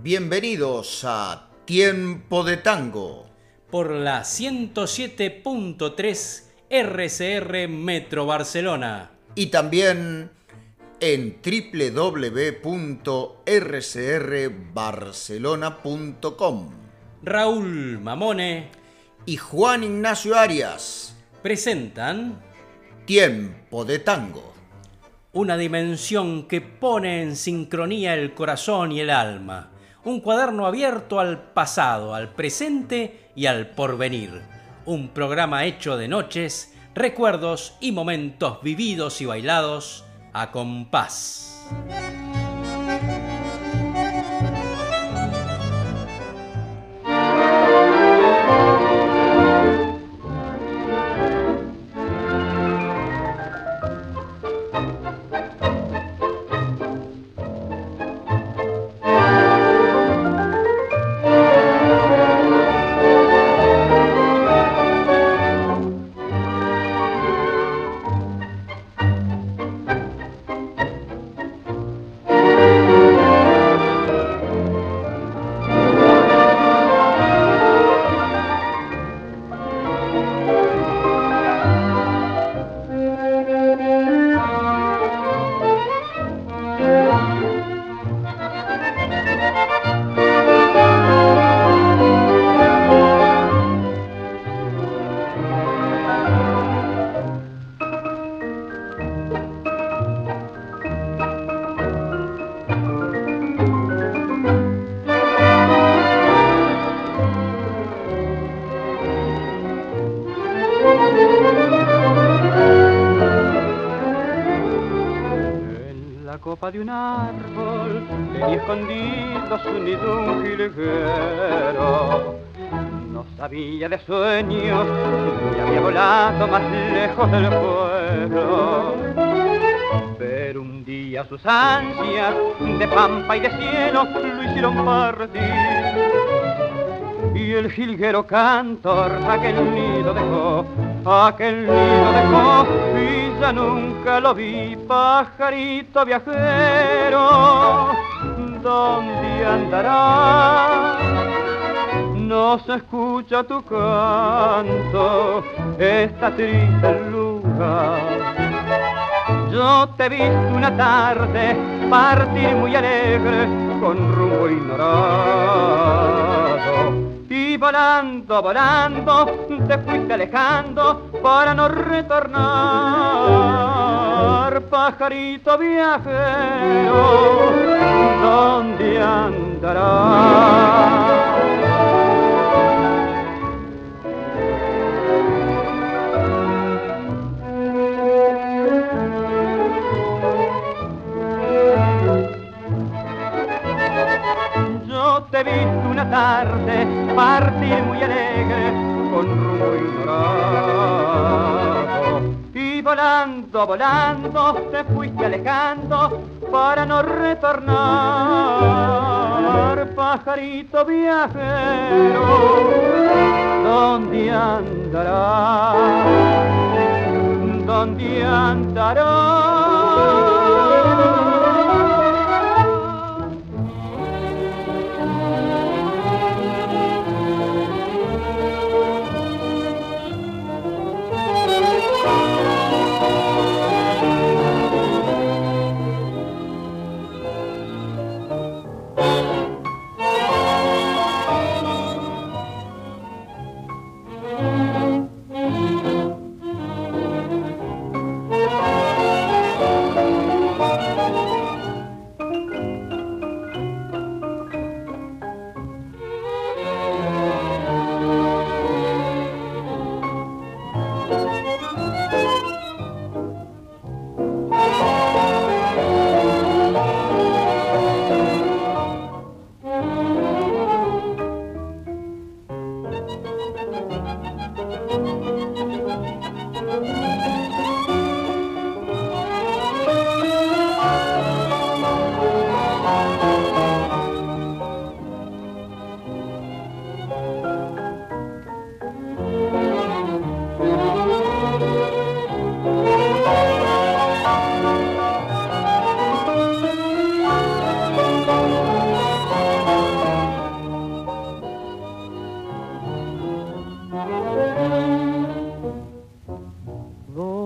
Bienvenidos a Tiempo de Tango. Por la 107.3 RCR Metro Barcelona. Y también en www.rcrbarcelona.com. Raúl Mamone y Juan Ignacio Arias presentan Tiempo de Tango. Una dimensión que pone en sincronía el corazón y el alma. Un cuaderno abierto al pasado, al presente y al porvenir. Un programa hecho de noches, recuerdos y momentos vividos y bailados a compás. De un árbol tenía escondido su nido un jilguero. No sabía de sueños y había volado más lejos del pueblo. Pero un día sus ansias de pampa y de cielo lo hicieron partir. Y el jilguero cantor aquel nido dejó y ya nunca lo vi, pajarito viajero. ¿Dónde andará? No se escucha tu canto, esta triste lugar. Yo te he visto una tarde partir muy alegre con rumbo ignorado. Y volando, volando, te fuiste alejando para no retornar. Pajarito viajero, ¿dónde andarás? Te he visto una tarde partir muy alegre con rumbo ignorado. Y volando, volando, te fuiste alejando para no retornar. Pajarito viajero, ¿dónde andarás? ¿Dónde andarás?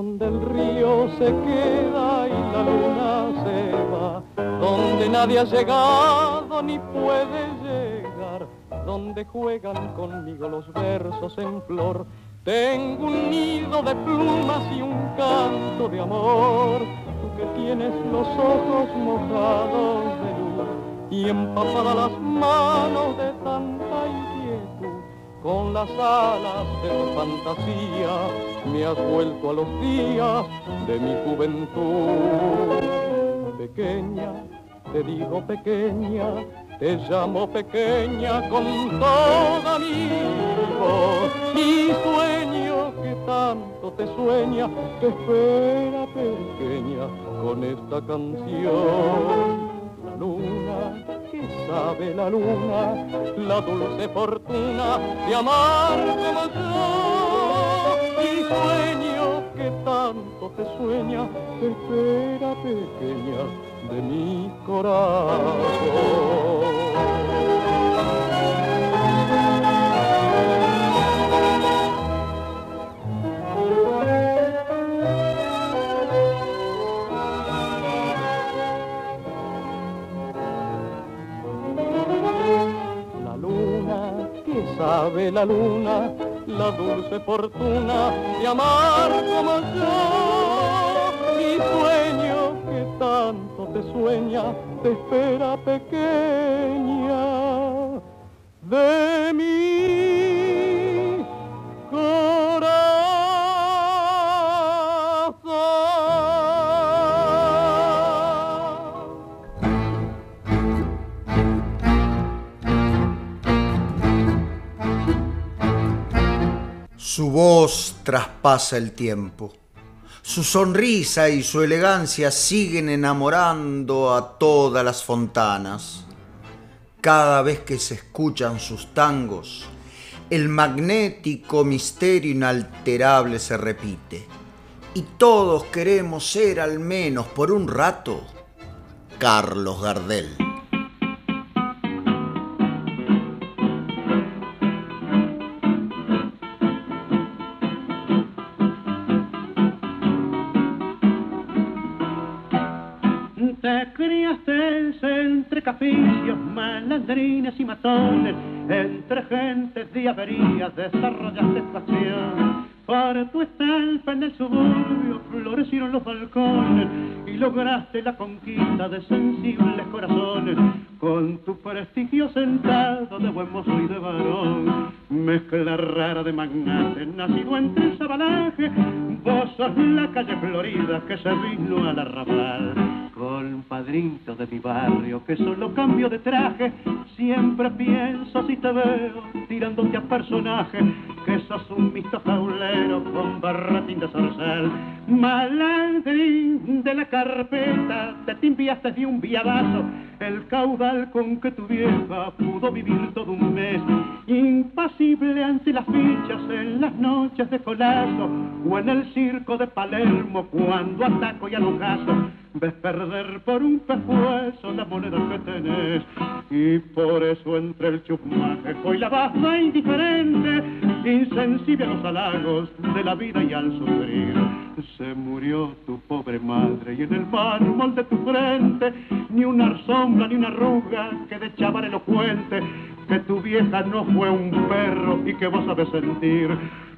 donde el río se queda y la luna se va, donde nadie ha llegado ni puede llegar, donde juegan conmigo los versos en flor. Tengo un nido de plumas y un canto de amor, tú que tienes los ojos mojados de luz y empapadas las manos de tanta inquietud. Con las alas de tu fantasía me has vuelto a los días de mi juventud. Pequeña, te digo pequeña, te llamo pequeña con toda mi voz. Mi sueño que tanto te sueña, te espera pequeña con esta canción. La luna, que sabe la luna, la dulce fortuna de amar como yo. Mi sueño que tanto te sueña, te espera pequeña de mi corazón. Sabe la luna, la dulce fortuna de amar como yo. Mi sueño que tanto te sueña, te espera pequeña de mi corazón. Su voz traspasa el tiempo. Su sonrisa y su elegancia siguen enamorando a todas las fontanas. Cada vez que se escuchan sus tangos, el magnético misterio inalterable se repite. Y todos queremos ser, al menos por un rato, Carlos Gardel. Entre caficios, malandrines y matones, entre gentes de averías, desarrollaste pasión. Por tu estampa en el suburbio florecieron los balcones y lograste la conquista de sensibles corazones. Con tu prestigio sentado de buen mozo y de varón, mezcla rara de magnate, nacido entre el sabanaje, vos sos la calle florida que se vino al arrabal. Compadrito de mi barrio que solo cambio de traje, siempre pienso si te veo tirándote a personaje, que sos un misto jaulero con barretín de zorzal. Malandrín de la carpeta, te timbiaste de un viadazo el caudal con que tu vieja pudo vivir todo un mes. Impasible ante las fichas en las noches de colazo o en el circo de Palermo cuando ataco y alojazo. Ves perder por un pescuezo la moneda que tenés y por eso entre el chusmaje y la baja indiferente, insensible a los halagos de la vida y al sufrir, se murió tu pobre madre y en el mármol de tu frente ni una sombra ni una arruga que de chaval elocuente, que tu vieja no fue un perro y que vos sabés sentir.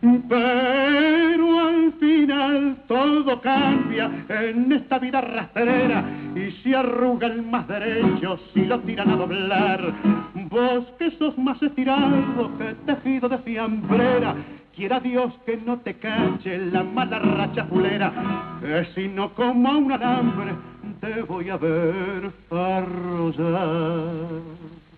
Pero al final todo cambia en esta vida rastrera y se arruga el más derecho si lo tiran a doblar. Vos que sos más estirado que tejido de fiambrera, quiera Dios que no te cache la mala racha fulera, que si no como a un alambre te voy a ver arrollar.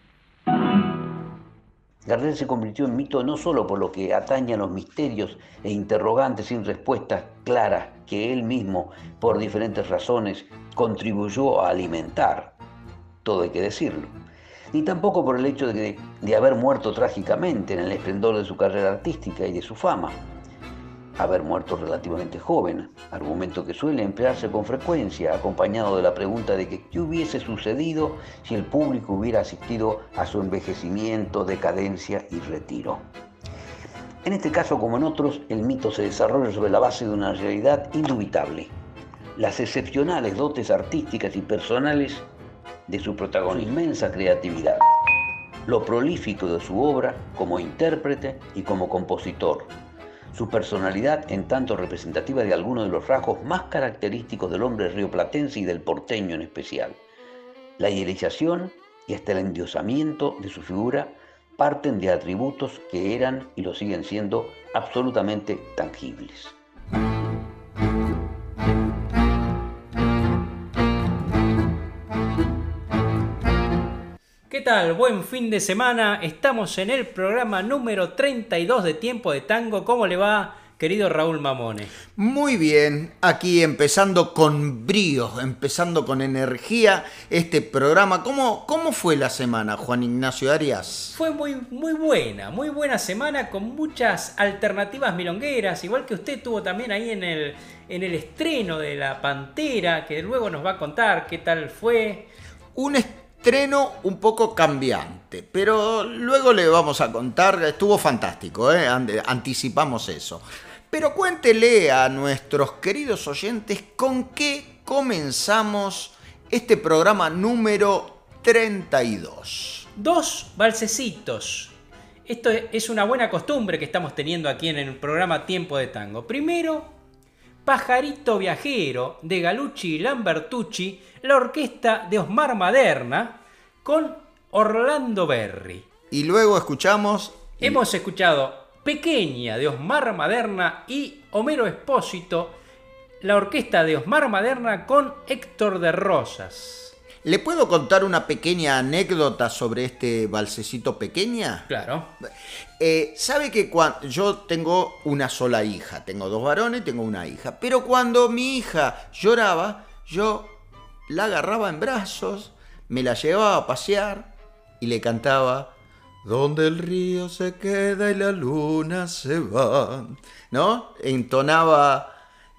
Gardel se convirtió en mito no solo por lo que atañe a los misterios e interrogantes sin respuestas claras que él mismo, por diferentes razones, contribuyó a alimentar, todo hay que decirlo, ni tampoco por el hecho de haber muerto trágicamente en el esplendor de su carrera artística y de su fama. Haber muerto relativamente joven, argumento que suele emplearse con frecuencia, acompañado de la pregunta de que qué hubiese sucedido si el público hubiera asistido a su envejecimiento, decadencia y retiro. En este caso, como en otros, el mito se desarrolla sobre la base de una realidad indubitable: las excepcionales dotes artísticas y personales de su protagonista, su inmensa creatividad, lo prolífico de su obra como intérprete y como compositor, su personalidad en tanto representativa de algunos de los rasgos más característicos del hombre rioplatense y del porteño en especial. La idealización y hasta el endiosamiento de su figura parten de atributos que eran y lo siguen siendo absolutamente tangibles. ¿Qué tal? Buen fin de semana. Estamos en el programa número 32 de Tiempo de Tango. ¿Cómo le va, querido Raúl Mamone? Muy bien, aquí empezando con brío, empezando con energía este programa. ¿Cómo fue la semana, Juan Ignacio Arias? Fue muy buena semana con muchas alternativas milongueras, igual que usted tuvo también ahí en el estreno de La Pantera, que luego nos va a contar qué tal fue. Un estreno un poco cambiante, pero luego le vamos a contar. Estuvo fantástico, anticipamos eso. Pero cuéntele a nuestros queridos oyentes con qué comenzamos este programa número 32. 2 valsecitos. Esto es una buena costumbre que estamos teniendo aquí en el programa Tiempo de Tango. Primero, Pajarito Viajero de Galucci y Lambertucci, la orquesta de Osmar Maderna con Orlando Berry. Y luego escuchamos... Hemos escuchado Pequeña de Osmar Maderna y Homero Espósito, la orquesta de Osmar Maderna con Héctor de Rosas. ¿Le puedo contar una pequeña anécdota sobre este valsecito Pequeña? Claro. Sabe que yo tengo una sola hija, tengo 2 varones, tengo una hija, pero cuando mi hija lloraba, yo la agarraba en brazos, me la llevaba a pasear y le cantaba: donde el río se queda y la luna se va, ¿no? entonaba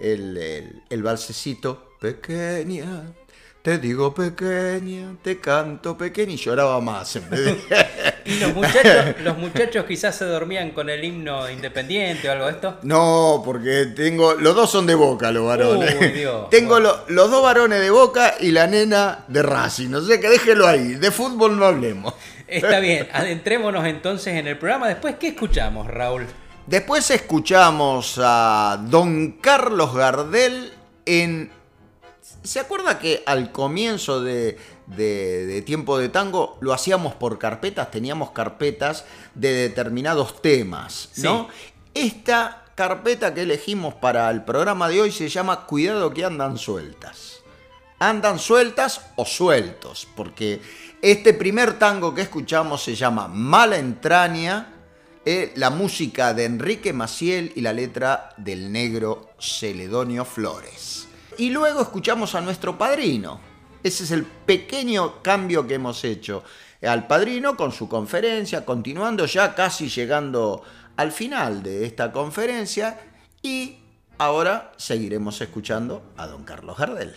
el valsecito: pequeña, te digo pequeña, te canto pequeña, y lloraba más en vez de... ¿Y los muchachos quizás se dormían con el himno independiente o algo de esto? No, porque los 2 son de Boca, los varones. Uy, Dios. Tengo los 2 varones de Boca y la nena de Racing, o sea que déjelo ahí, de fútbol no hablemos. Está bien, adentrémonos entonces en el programa. Después, ¿qué escuchamos, Raúl? Después escuchamos a don Carlos Gardel en... ¿Se acuerda que al comienzo de Tiempo de Tango lo hacíamos por carpetas? Teníamos carpetas de determinados temas, ¿no? Sí. Esta carpeta que elegimos para el programa de hoy se llama Cuidado que andan sueltas. Andan sueltas o sueltos, porque este primer tango que escuchamos se llama Mala Entraña, la música de Enrique Maciel y la letra del negro Celedonio Flores. Y luego escuchamos a nuestro padrino. Ese es el pequeño cambio que hemos hecho. Al padrino con su conferencia, continuando ya casi llegando al final de esta conferencia. Y ahora seguiremos escuchando a don Carlos Gardel.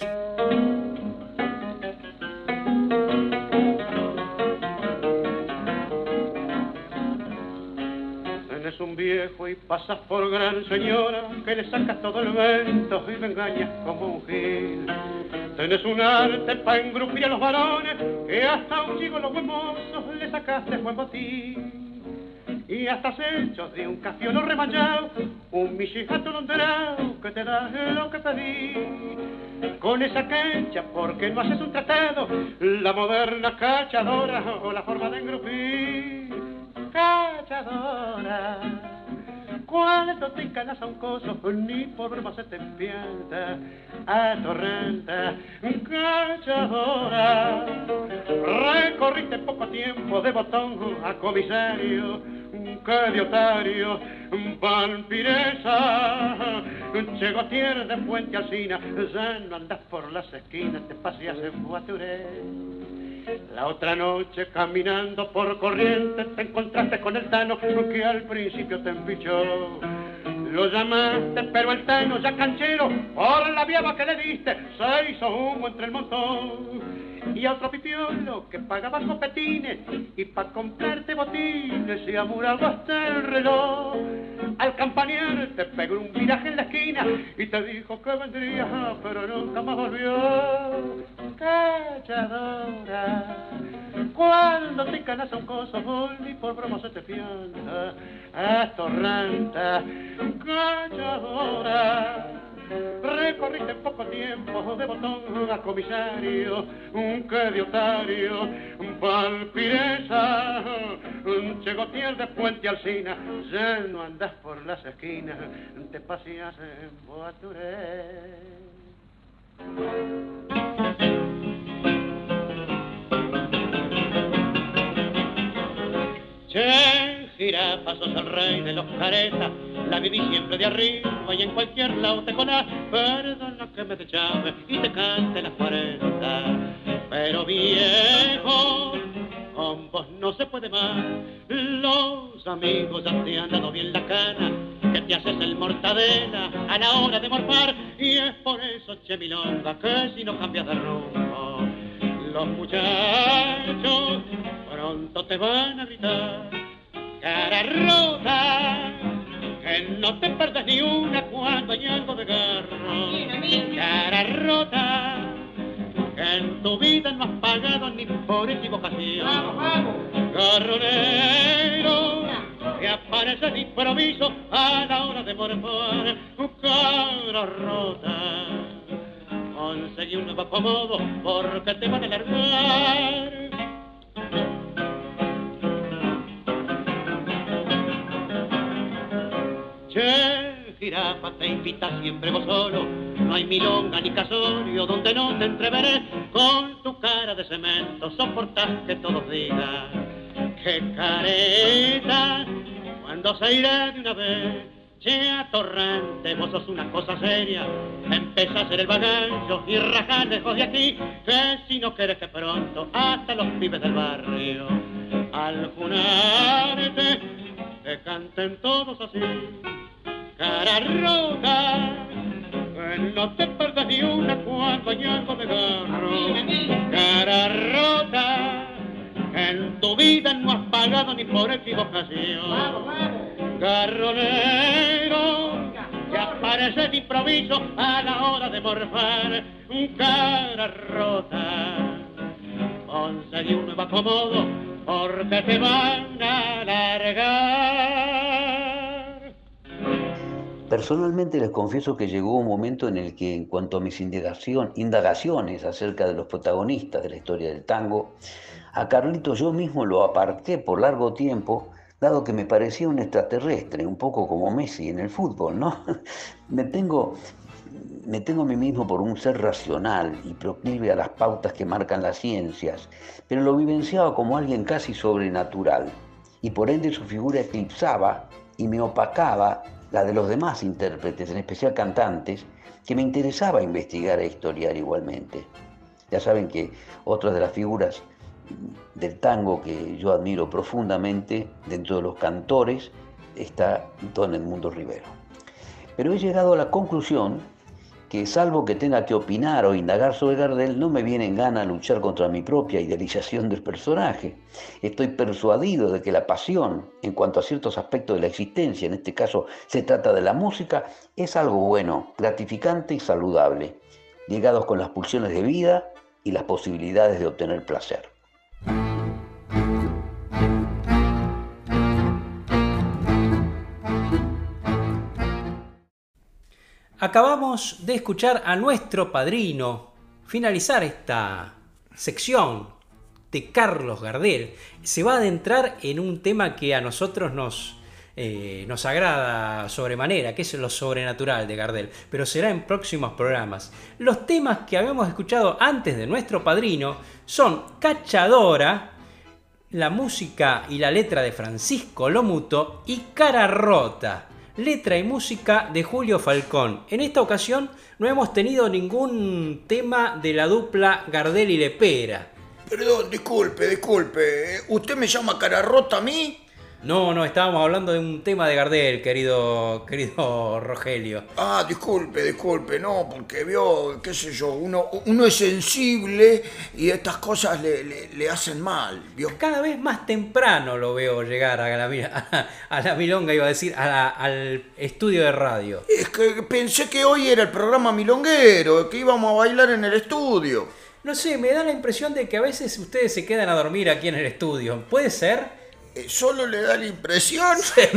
Tenés un viejo y pasas por gran señora, que le sacas todo el vento y me engañas como un gil. Tenés un arte pa' engrupir a los varones, que hasta un chico los huemosos le sacaste buen botín. Y hasta has hecho de un cafiolo remachado un michijato londerado que te da lo que pedí. Con esa quecha, porque no haces un tratado, la moderna cachadora o la forma de engrupir. Cachadora, cuando te encanas a un coso, ni por broma se te empieza atorrenta. Cachadora, recorriste poco tiempo de botón a comisario, que de otario, vampiresa. Llegó tierra de Puente Alsina, ya no andas por las esquinas, te paseas en Guaturé. La otra noche caminando por Corrientes te encontraste con el Tano que al principio te embichó. Lo llamaste pero el Tano ya canchero por la viaba que le diste se hizo humo entre el montón. y a otro pipiolo que pagaba copetines y pa' comprarte botines y amurado hasta el reloj. Al campanear te pegó un viraje en la esquina y te dijo que vendría, pero nunca más volvió. Calladora, cuando te canas a un coso y por broma se te pianta, atorranta, calladora. Recorriste en poco tiempo de botón a comisario, que de otario, palpireza, Chegotier de Puente Alsina, ya no andas por las esquinas, te paseas en Boaturé. Che, jirafa, sos el rey de los caretas, la viví siempre de arriba y en cualquier lado te colás. Perdona que me te llame y te cante las 40, pero viejo, con vos no se puede más. Los amigos ya te han dado bien la cana, que te haces el mortadela a la hora de morfar, y es por eso, che milonga, que si no cambias de rumbo, los muchachos pronto te van a gritar. Cara rota, que no te perdes ni una cuando hay algo de guerra. Cara rota, que en tu vida no has pagado ni por equivocación. Garronero, que aparece de improviso a la hora de morfar. Cara rota, conseguí un nuevo acomodo porque te van a largar. Che, jirafa, te invita siempre vos solo, no hay milonga ni casorio donde no te entreveré. Con tu cara de cemento soportás que todos digan que careta, cuando se irá de una vez. Che, atorrante, vos sos una cosa seria, empezás a hacer el bagallo y rajás lejos de aquí, que si no querés que pronto hasta los pibes del barrio al junarte te canten todos así. Cara rota, que no te perdas ni una cuando hay algo de garro. Cara rota, que en tu vida no has pagado ni por equivocación. Garronero, que aparece de improviso a la hora de morfar. Cara rota, conseguí un nuevo acomodo porque te van a largar. Personalmente les confieso que llegó un momento en el que, en cuanto a mis indagaciones acerca de los protagonistas de la historia del tango, a Carlito yo mismo lo aparté por largo tiempo, dado que me parecía un extraterrestre, un poco como Messi en el fútbol, ¿no? Me tengo a mí mismo por un ser racional y proclive a las pautas que marcan las ciencias, pero lo vivenciaba como alguien casi sobrenatural, y por ende su figura eclipsaba y me opacaba la de los demás intérpretes, en especial cantantes, que me interesaba investigar e historiar igualmente. Ya saben que otra de las figuras del tango que yo admiro profundamente dentro de los cantores está don Edmundo Rivero. Pero he llegado a la conclusión que, salvo que tenga que opinar o indagar sobre Gardel, no me viene en gana luchar contra mi propia idealización del personaje. Estoy persuadido de que la pasión, en cuanto a ciertos aspectos de la existencia, en este caso se trata de la música, es algo bueno, gratificante y saludable, ligados con las pulsiones de vida y las posibilidades de obtener placer. Acabamos de escuchar a nuestro padrino finalizar esta sección de Carlos Gardel. Se va a adentrar en un tema que a nosotros nos agrada sobremanera, que es lo sobrenatural de Gardel, pero será en próximos programas. Los temas que habíamos escuchado antes de nuestro padrino son Cachadora, la música y la letra de Francisco Lomuto, y Cara Rota, letra y música de Julio Falcón. En esta ocasión no hemos tenido ningún tema de la dupla Gardel y Lepera. Perdón, disculpe. ¿Usted me llama Cara Rota a mí? No, estábamos hablando de un tema de Gardel, querido Rogelio. Ah, disculpe, no, porque vio, qué sé yo, uno es sensible y estas cosas le hacen mal, vio. Cada vez más temprano lo veo llegar a la milonga, iba a decir, al estudio de radio. Es que pensé que hoy era el programa milonguero, que íbamos a bailar en el estudio. No sé, me da la impresión de que a veces ustedes se quedan a dormir aquí en el estudio. ¿Puede ser? ¿Solo le da la impresión?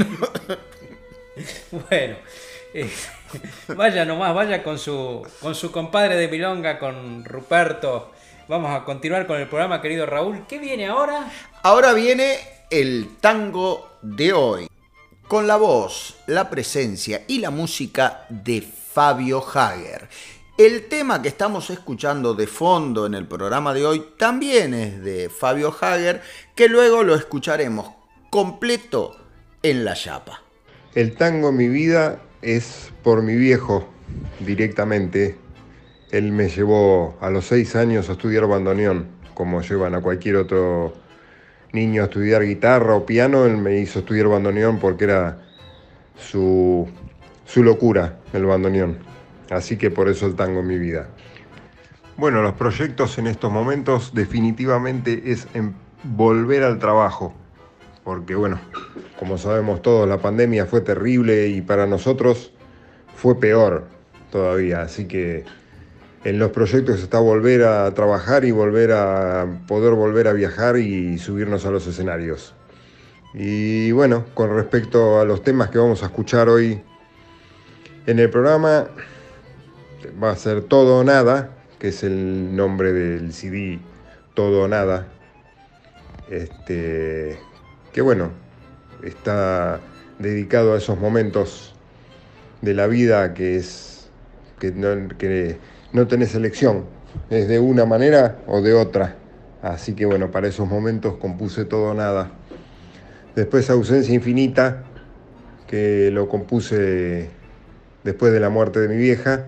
Bueno, vaya nomás, vaya con su compadre de milonga, con Ruperto. Vamos a continuar con el programa, querido Raúl. ¿Qué viene ahora? Ahora viene el tango de hoy, con la voz, la presencia y la música de Fabio Hager. El tema que estamos escuchando de fondo en el programa de hoy también es de Fabio Hager, que luego lo escucharemos completo en La Chapa. El tango en mi vida es por mi viejo directamente. Él me llevó a los 6 años a estudiar bandoneón, como llevan a cualquier otro niño a estudiar guitarra o piano. Él me hizo estudiar bandoneón porque era su locura, el bandoneón. Así que por eso el tango en mi vida. Bueno, los proyectos en estos momentos definitivamente es en volver al trabajo. Porque bueno, como sabemos todos, la pandemia fue terrible y para nosotros fue peor todavía. Así que en los proyectos está volver a trabajar y poder volver a viajar y subirnos a los escenarios. Y bueno, con respecto a los temas que vamos a escuchar hoy en el programa, va a ser Todo o Nada, que es el nombre del CD, Todo o Nada. Que bueno, está dedicado a esos momentos de la vida que no tenés elección, es de una manera o de otra. Así que bueno, para esos momentos compuse Todo o Nada. Después Ausencia Infinita, que lo compuse después de la muerte de mi vieja.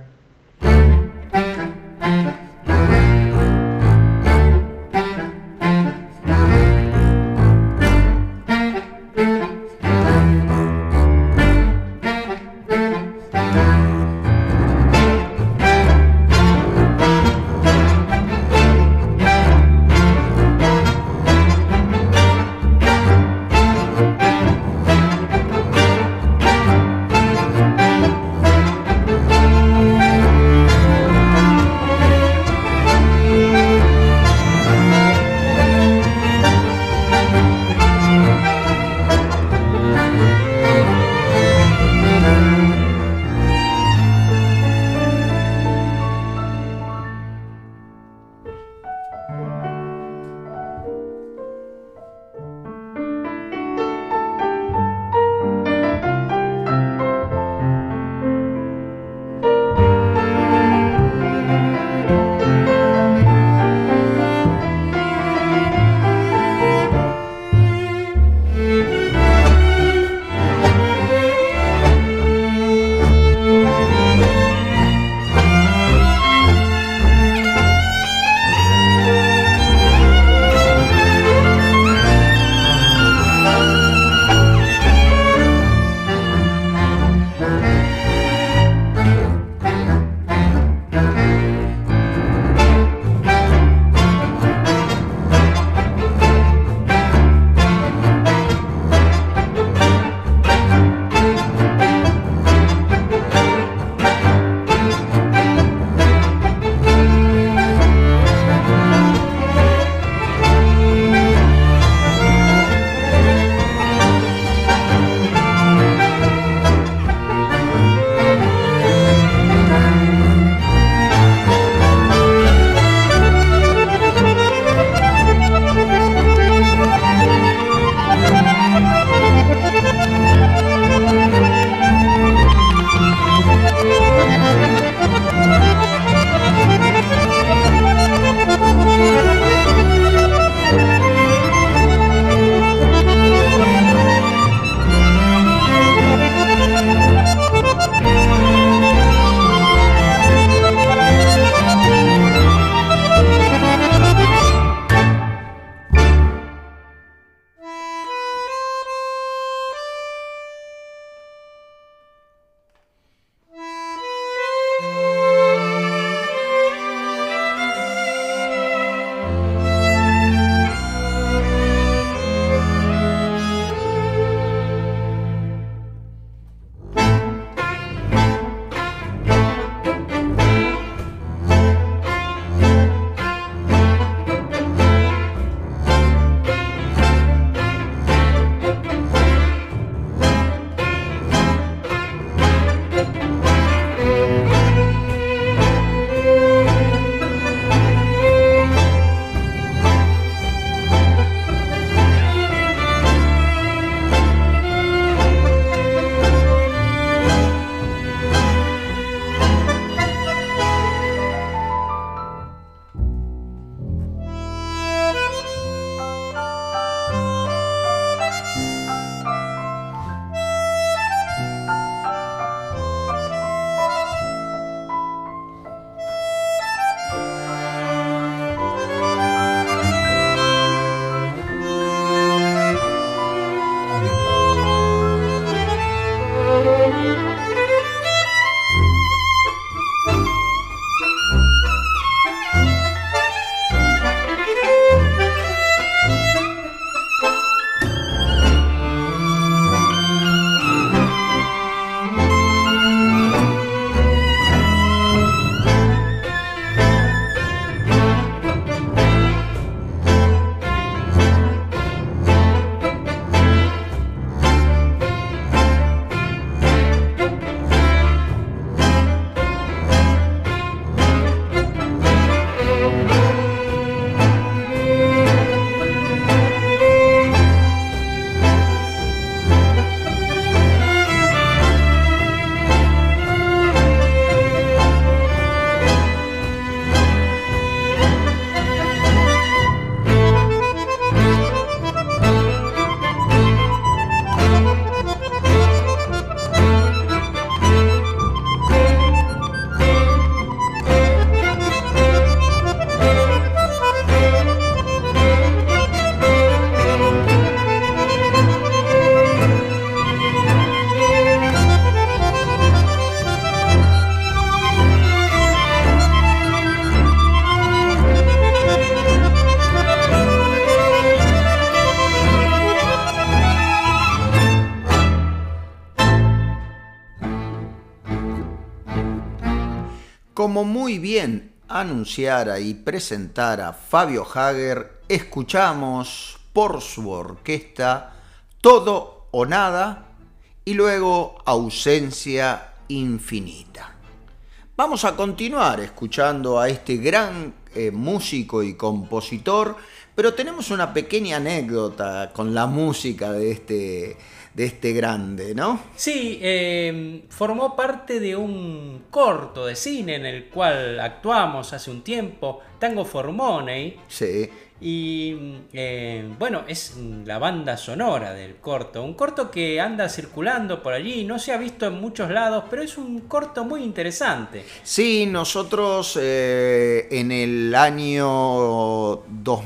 como muy bien anunciara y presentara Fabio Hager, escuchamos por su orquesta Todo o Nada y luego Ausencia Infinita. Vamos a continuar escuchando a este gran músico y compositor, pero tenemos una pequeña anécdota con la música de este grande, ¿no? Sí, formó parte de un corto de cine en el cual actuamos hace un tiempo, Tango for Money. Sí. Y bueno, es la banda sonora del corto. Un corto que anda circulando por allí, no se ha visto en muchos lados, pero es un corto muy interesante. Sí, nosotros en el año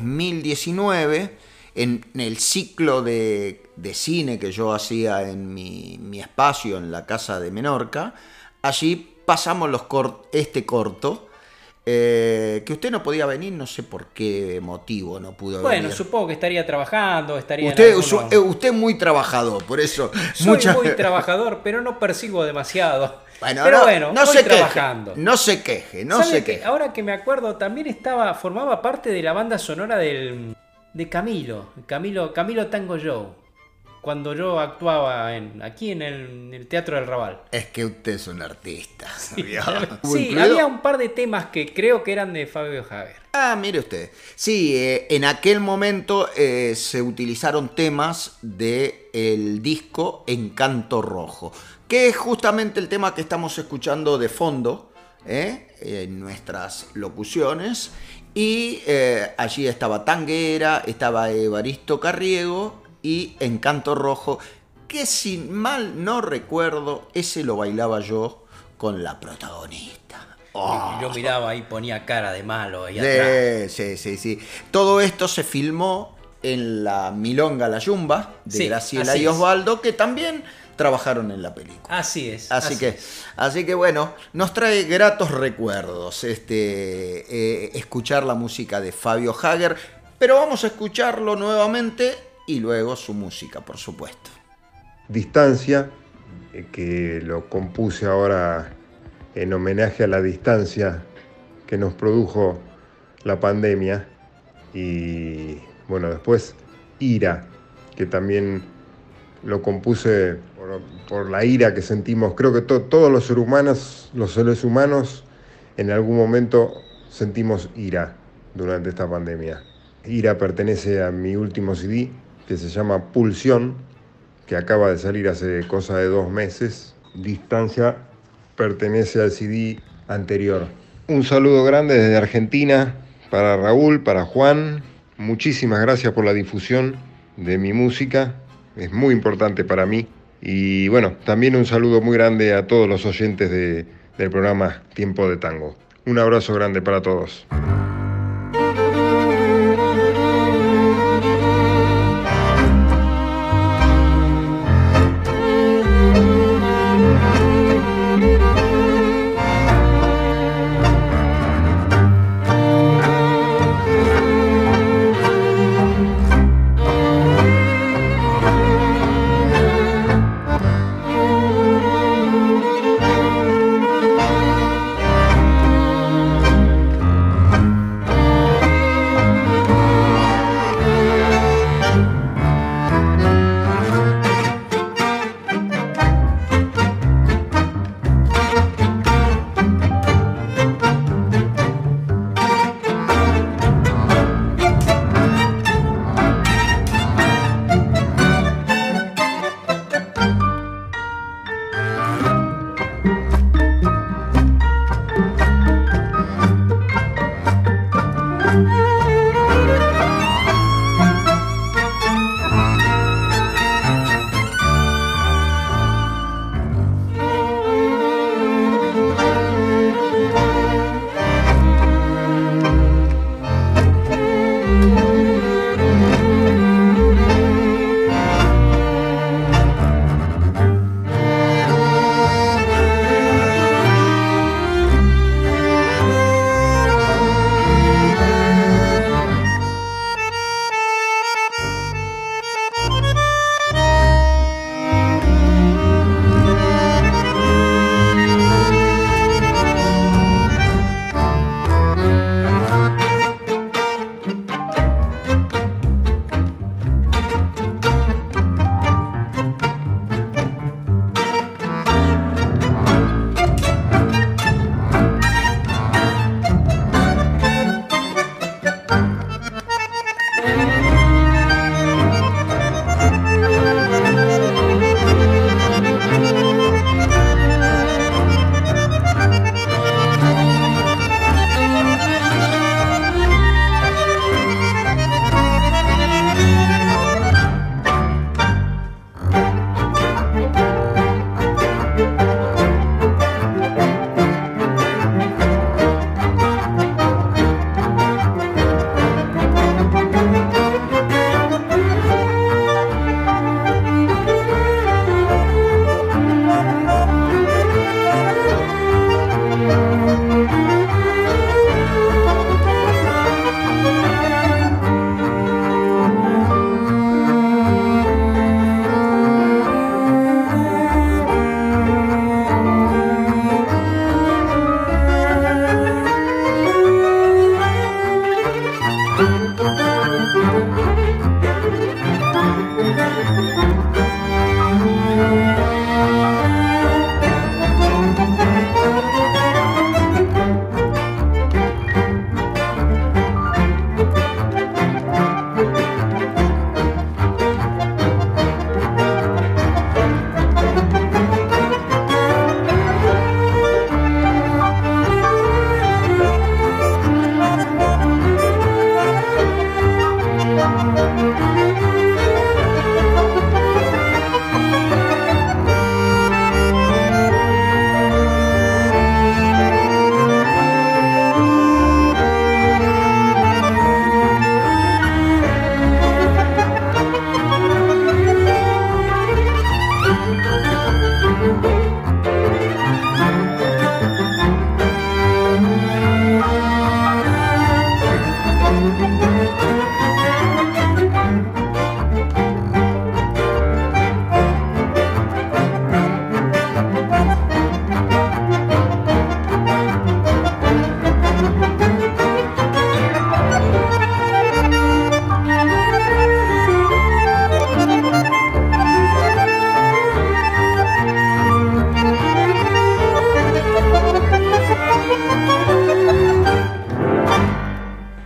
2019, en el ciclo de cine que yo hacía en mi espacio en la casa de Menorca, allí pasamos este corto. Que usted no podía venir, no sé por qué motivo no pudo venir. Bueno, supongo que estaría trabajando, estaría usted es muy trabajador, por eso. Soy muy trabajador, pero no persigo demasiado. Bueno, pero bueno, no estoy se trabajando. No se queje, no se queje. Ahora que me acuerdo, también formaba parte de la banda sonora de Camilo Tango Joe. Cuando yo actuaba aquí en el Teatro del Raval. Es que usted es un artista. Sí, había un par de temas que creo que eran de Fabio Hager. Ah, mire usted. Sí, en aquel momento se utilizaron temas del disco Encanto Rojo, que es justamente el tema que estamos escuchando de fondo en nuestras locuciones. Y allí estaba Tanguera, estaba Evaristo Carriego y Encanto Rojo, que si mal no recuerdo, ese lo bailaba yo con la protagonista. Oh. Yo miraba ahí, ponía cara de malo ahí atrás. Sí. Todo esto se filmó en la Milonga La Yumba de Graciela y Osvaldo, que también trabajaron en la película. Así es. Así que bueno, nos trae gratos recuerdos escuchar la música de Fabio Hager, pero vamos a escucharlo nuevamente y luego su música, por supuesto. Distancia, que lo compuse ahora en homenaje a la distancia que nos produjo la pandemia. Y bueno, después Ira, que también lo compuse por la ira que sentimos. Creo que todos los seres humanos, en algún momento sentimos ira durante esta pandemia. Ira pertenece a mi último CD, que se llama Pulsión, que acaba de salir hace cosa de 2 meses. Distancia pertenece al CD anterior. Un saludo grande desde Argentina para Raúl, para Juan. Muchísimas gracias por la difusión de mi música. Es muy importante para mí. Y bueno, también un saludo muy grande a todos los oyentes del programa Tiempo de Tango. Un abrazo grande para todos.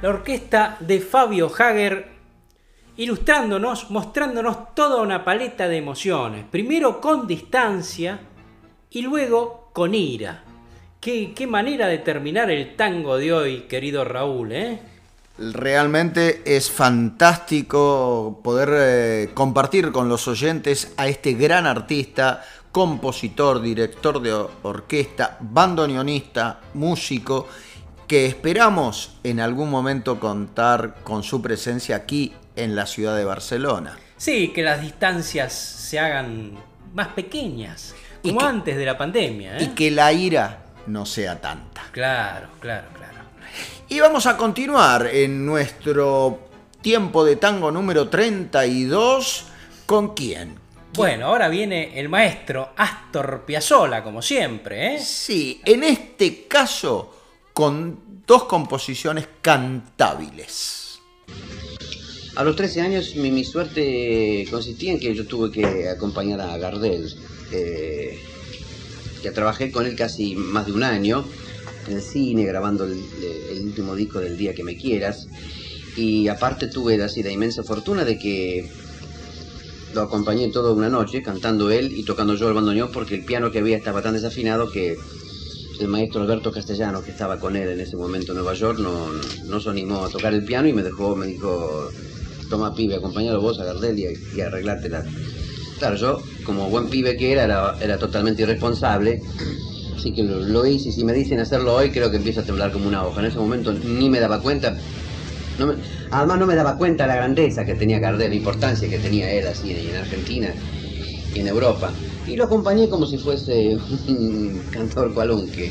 la orquesta de Fabio Hager, ilustrándonos, mostrándonos toda una paleta de emociones. Primero con distancia y luego con ira. Qué manera de terminar el tango de hoy, querido Raúl, ¿eh? Realmente es fantástico poder compartir con los oyentes a este gran artista, compositor, director de orquesta, bandoneonista, músico, que esperamos en algún momento contar con su presencia aquí en la ciudad de Barcelona. Sí, que las distancias se hagan más pequeñas, como antes de la pandemia, ¿eh? Y que la ira no sea tanta. Claro. Y vamos a continuar en nuestro tiempo de tango número 32. ¿Con quién? Bueno, ahora viene el maestro Astor Piazzolla, como siempre, ¿eh? Sí, en este caso con dos composiciones cantables. A los 13 años mi suerte consistía en que yo tuve que acompañar a Gardel, que trabajé con él casi más de un año en el cine, grabando el último disco del Día que me quieras, y aparte tuve así la inmensa fortuna de que lo acompañé toda una noche cantando él y tocando yo el bandoneón, porque el piano que había estaba tan desafinado que el maestro Alberto Castellanos, que estaba con él en ese momento en Nueva York, no se animó a tocar el piano y me dijo, toma pibe, acompañalo vos a Gardel y arreglártela. Claro, yo como buen pibe que era totalmente irresponsable, así que lo hice, y si me dicen hacerlo hoy creo que empiezo a temblar como una hoja. En ese momento ni me daba cuenta, además no me daba cuenta la grandeza que tenía Gardel, la importancia que tenía él así en Argentina y en Europa. Y lo acompañé como si fuese un cantor cualunque.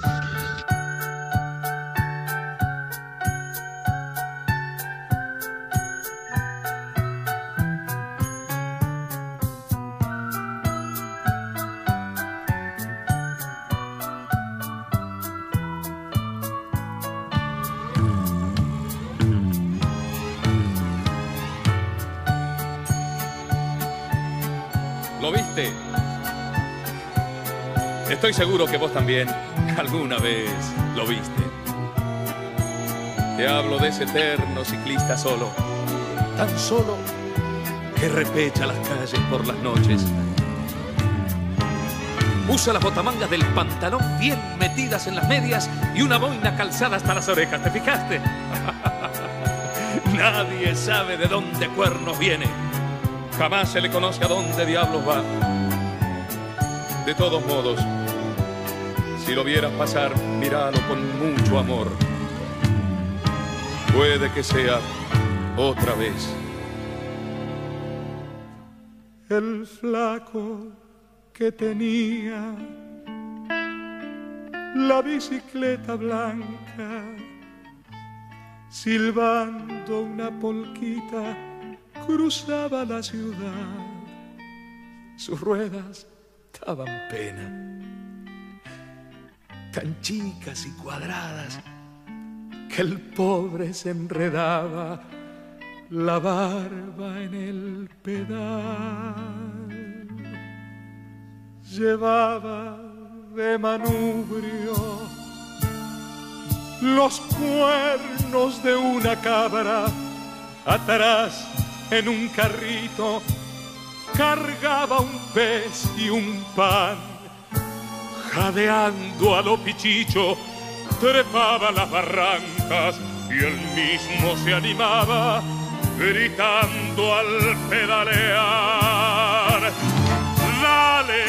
¿Lo viste? Estoy seguro que vos también alguna vez lo viste. Te hablo de ese eterno ciclista solo, tan solo que repecha las calles por las noches. Usa las botamangas del pantalón bien metidas en las medias y una boina calzada hasta las orejas, ¿te fijaste? Nadie sabe de dónde cuernos viene. Jamás se le conoce a dónde diablos va. De todos modos, si lo vieras pasar, míralo con mucho amor. Puede que sea otra vez. El flaco que tenía la bicicleta blanca, silbando una polquita, cruzaba la ciudad. Sus ruedas daban pena, tan chicas y cuadradas que el pobre se enredaba la barba en el pedal. Llevaba de manubrio los cuernos de una cabra, atrás en un carrito cargaba un pez y un pan. Jadeando a lo pichicho trepaba las barrancas y él mismo se animaba gritando al pedalear: dale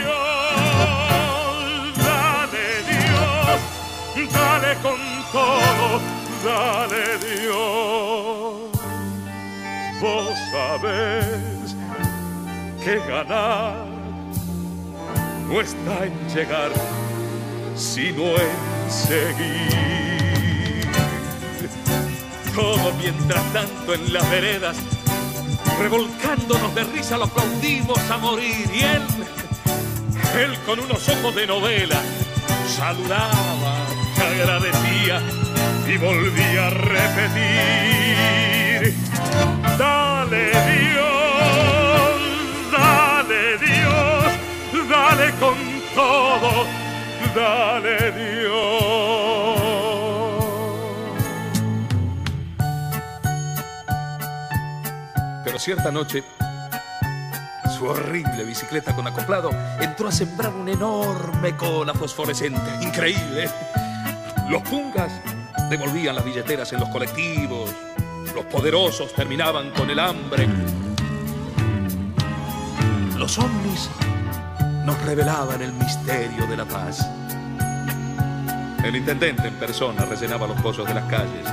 Dios, dale Dios, dale con todo, dale Dios. Vos sabés que ganar no está en llegar, sino en seguir. Todo mientras tanto en las veredas, revolcándonos de risa, lo aplaudimos a morir. Y él con unos ojos de novela, saludaba, agradecía y volvía a repetir: dale Dios, dale Dios, dale con todo, dale Dios. Pero cierta noche, su horrible bicicleta con acoplado entró a sembrar una enorme cola fosforescente. Increíble. Los pungas devolvían las billeteras en los colectivos. Los poderosos terminaban con el hambre. Los ovnis nos revelaban el misterio de la paz. El intendente en persona rellenaba los pozos de las calles.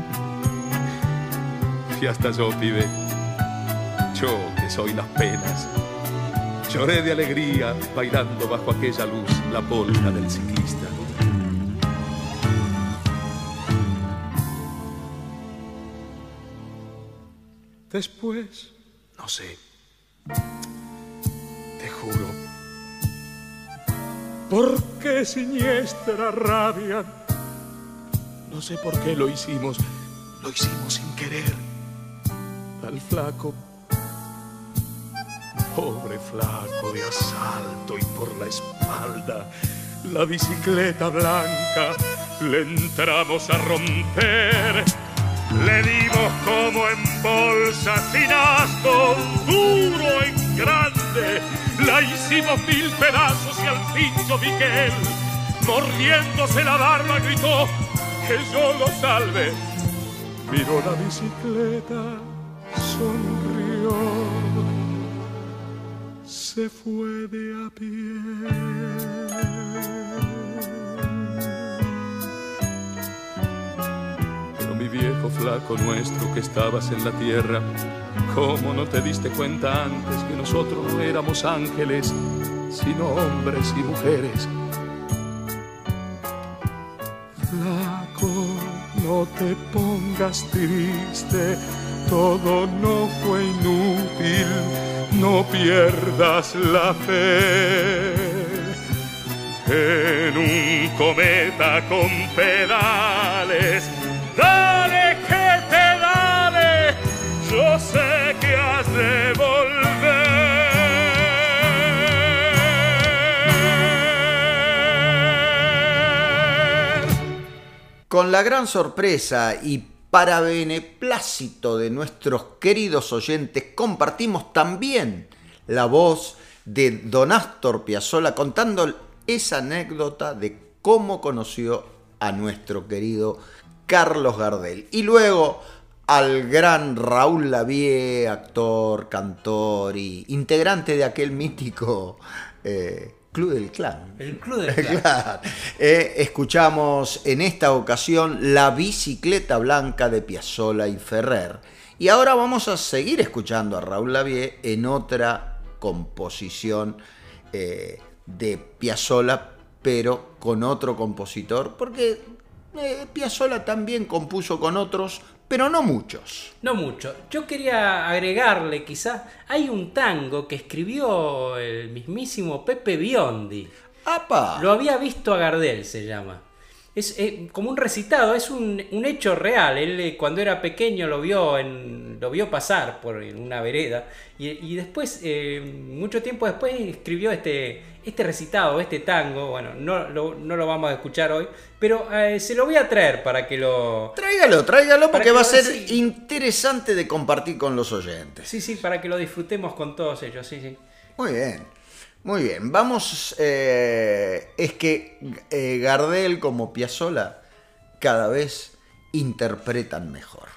Y hasta yo, pibe, yo que soy las penas, lloré de alegría bailando bajo aquella luz la polka del ciclista. Después, no sé, te juro, ¿por qué siniestra rabia? No sé por qué lo hicimos sin querer. Al flaco, pobre flaco de asalto, y por la espalda la bicicleta blanca le entramos a romper. Le dimos como en bolsa sin asco, duro en grande. La hicimos 1000 pedazos y al fin yo vi que él, mordiéndose la barba, gritó que yo lo salve. Miró la bicicleta, sonrió, se fue de a pie. Mi viejo flaco nuestro que estabas en la tierra, ¿cómo no te diste cuenta antes que nosotros no éramos ángeles, sino hombres y mujeres? Flaco, no te pongas triste, todo no fue inútil, no pierdas la fe. En un cometa con pedales, dale que te dale, yo sé que has de volver. Con la gran sorpresa y para beneplácito de nuestros queridos oyentes, compartimos también la voz de don Astor Piazzolla contando esa anécdota de cómo conoció a nuestro querido Carlos Gardel. Y luego al gran Raúl Lavie, actor, cantor y integrante de aquel mítico Club del Clan. El Club del Clan. Claro. Escuchamos en esta ocasión La bicicleta blanca de Piazzolla y Ferrer. Y ahora vamos a seguir escuchando a Raúl Lavie en otra composición de Piazzolla, pero con otro compositor, porque Piazzolla también compuso con otros, pero no muchos. No mucho. Yo quería agregarle, quizás, hay un tango que escribió el mismísimo Pepe Biondi. ¡Apa! Lo había visto a Gardel, se llama. Es como un recitado, es un hecho real. Él cuando era pequeño lo vio pasar por una vereda y después, mucho tiempo después, escribió este recitado, este tango. Bueno, no lo vamos a escuchar hoy, pero se lo voy a traer para que lo... Tráigalo porque va a ser interesante de compartir con los oyentes. Sí, para que lo disfrutemos con todos ellos, sí. Muy bien, vamos, es que Gardel como Piazzolla cada vez interpretan mejor.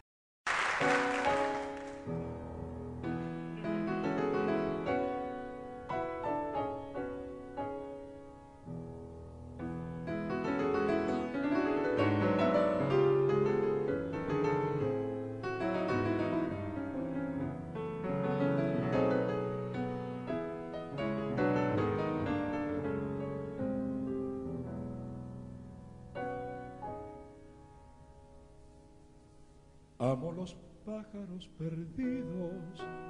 Amo los pájaros perdidos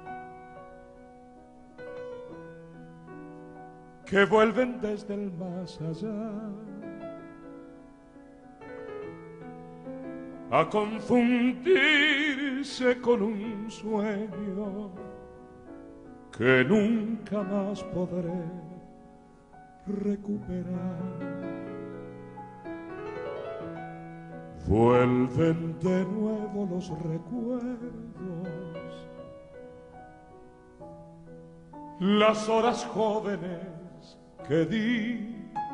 que vuelven desde el más allá a confundirse con un sueño que nunca más podré recuperar. Vuelven de nuevo los recuerdos las horas jóvenes que di.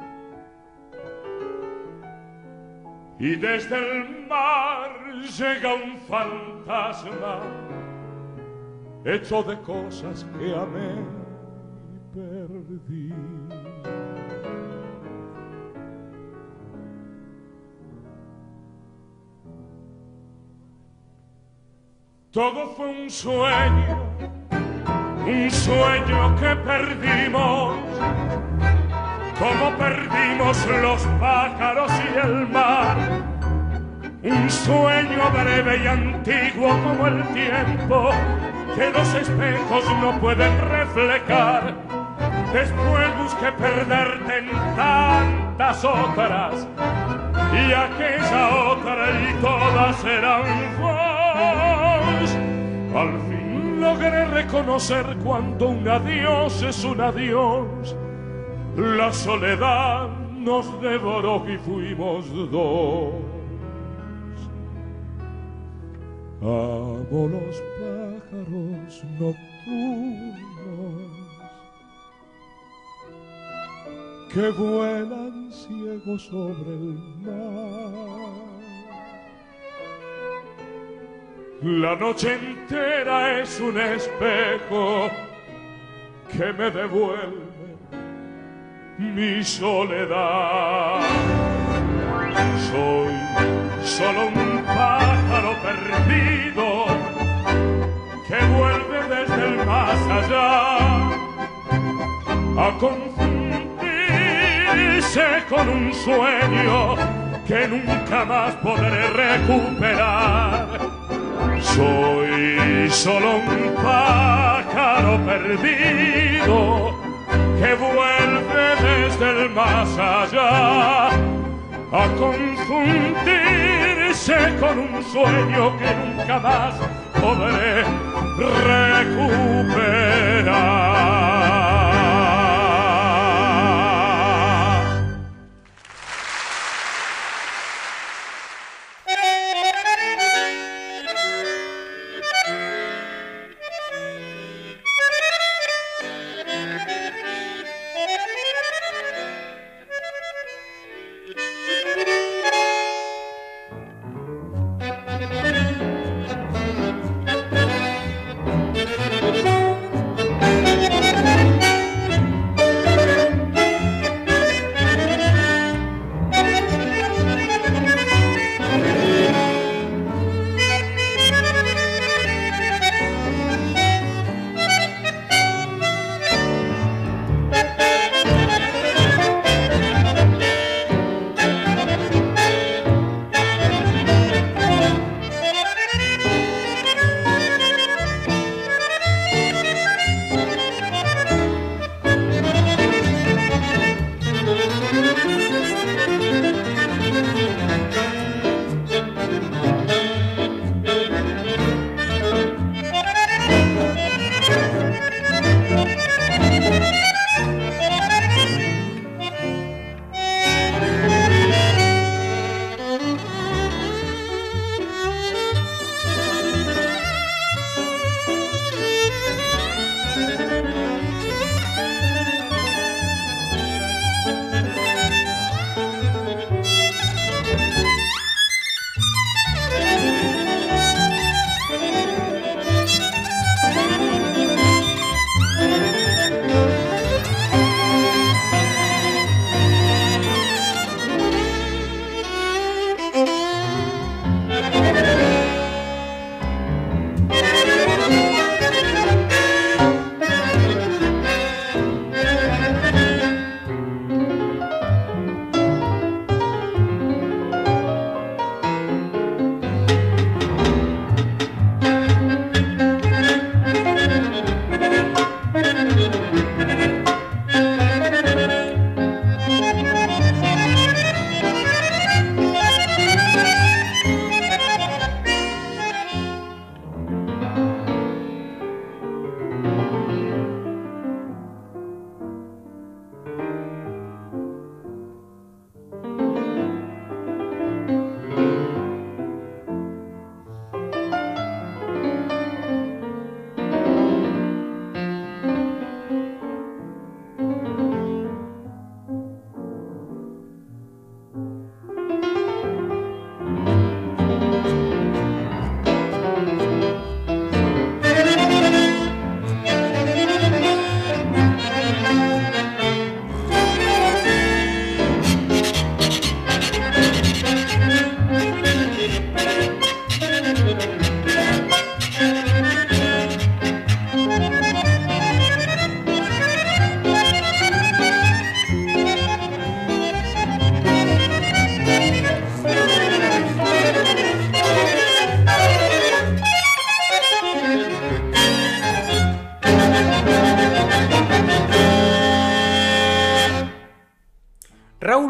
Y desde el mar llega un fantasma hecho de cosas que amé y perdí. Todo fue un sueño que perdimos, como perdimos los pájaros y el mar. Un sueño breve y antiguo como el tiempo, que los espejos no pueden reflejar. Después busqué perderte en tantas otras, y aquella otra y todas eran vos. Al fin logré reconocer cuando un adiós es un adiós. La soledad nos devoró y fuimos dos. Amo los pájaros nocturnos que vuelan ciegos sobre el mar. La noche entera es un espejo que me devuelve mi soledad. Soy solo un pájaro perdido que vuelve desde el más allá a confundirse con un sueño que nunca más podré recuperar. Soy solo un pájaro perdido que vuelve desde el más allá a confundirse con un sueño que nunca más podré recuperar.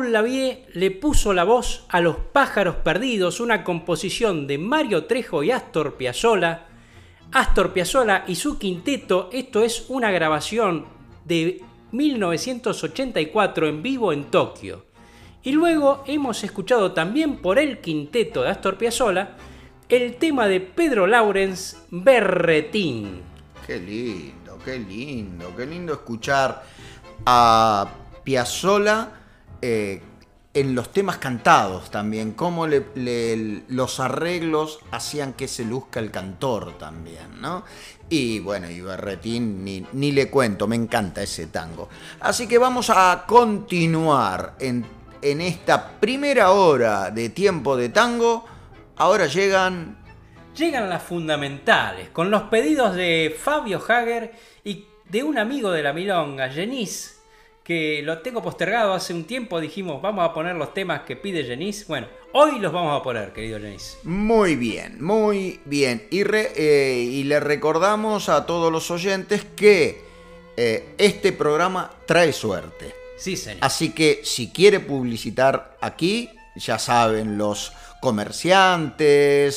Raúl Lavie le puso la voz a Los pájaros perdidos, una composición de Mario Trejo y Astor Piazzolla. Astor Piazzolla y su quinteto, esto es una grabación de 1984 en vivo en Tokio. Y luego hemos escuchado también por el quinteto de Astor Piazzolla el tema de Pedro Laurens, Berretín. Qué lindo, qué lindo, qué lindo escuchar a Piazzolla en los temas cantados también, cómo los arreglos hacían que se luzca el cantor también, ¿no? Y bueno, y Berretín ni le cuento, me encanta ese tango. Así que vamos a continuar en esta primera hora de Tiempo de Tango. Ahora llegan las fundamentales, con los pedidos de Fabio Hager y de un amigo de la milonga, Genís, que lo tengo postergado hace un tiempo. Dijimos, vamos a poner los temas que pide Genís. Bueno, hoy los vamos a poner, querido Genís. Muy bien, muy bien. Y le recordamos a todos los oyentes que este programa trae suerte. Sí, señor. Así que si quiere publicitar aquí, ya saben, los comerciantes,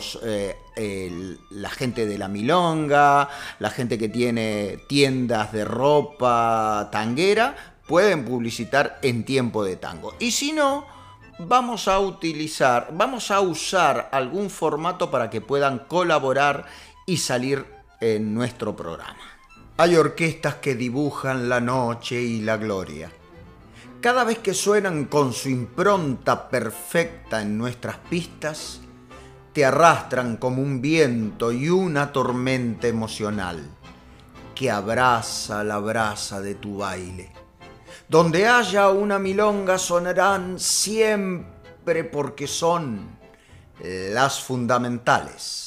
la gente de la milonga, la gente que tiene tiendas de ropa tanguera, pueden publicitar en Tiempo de Tango. Y si no, vamos a usar algún formato para que puedan colaborar y salir en nuestro programa. Hay orquestas que dibujan la noche y la gloria. Cada vez que suenan con su impronta perfecta en nuestras pistas, te arrastran como un viento y una tormenta emocional que abraza la brasa de tu baile. Donde haya una milonga sonarán siempre porque son las fundamentales.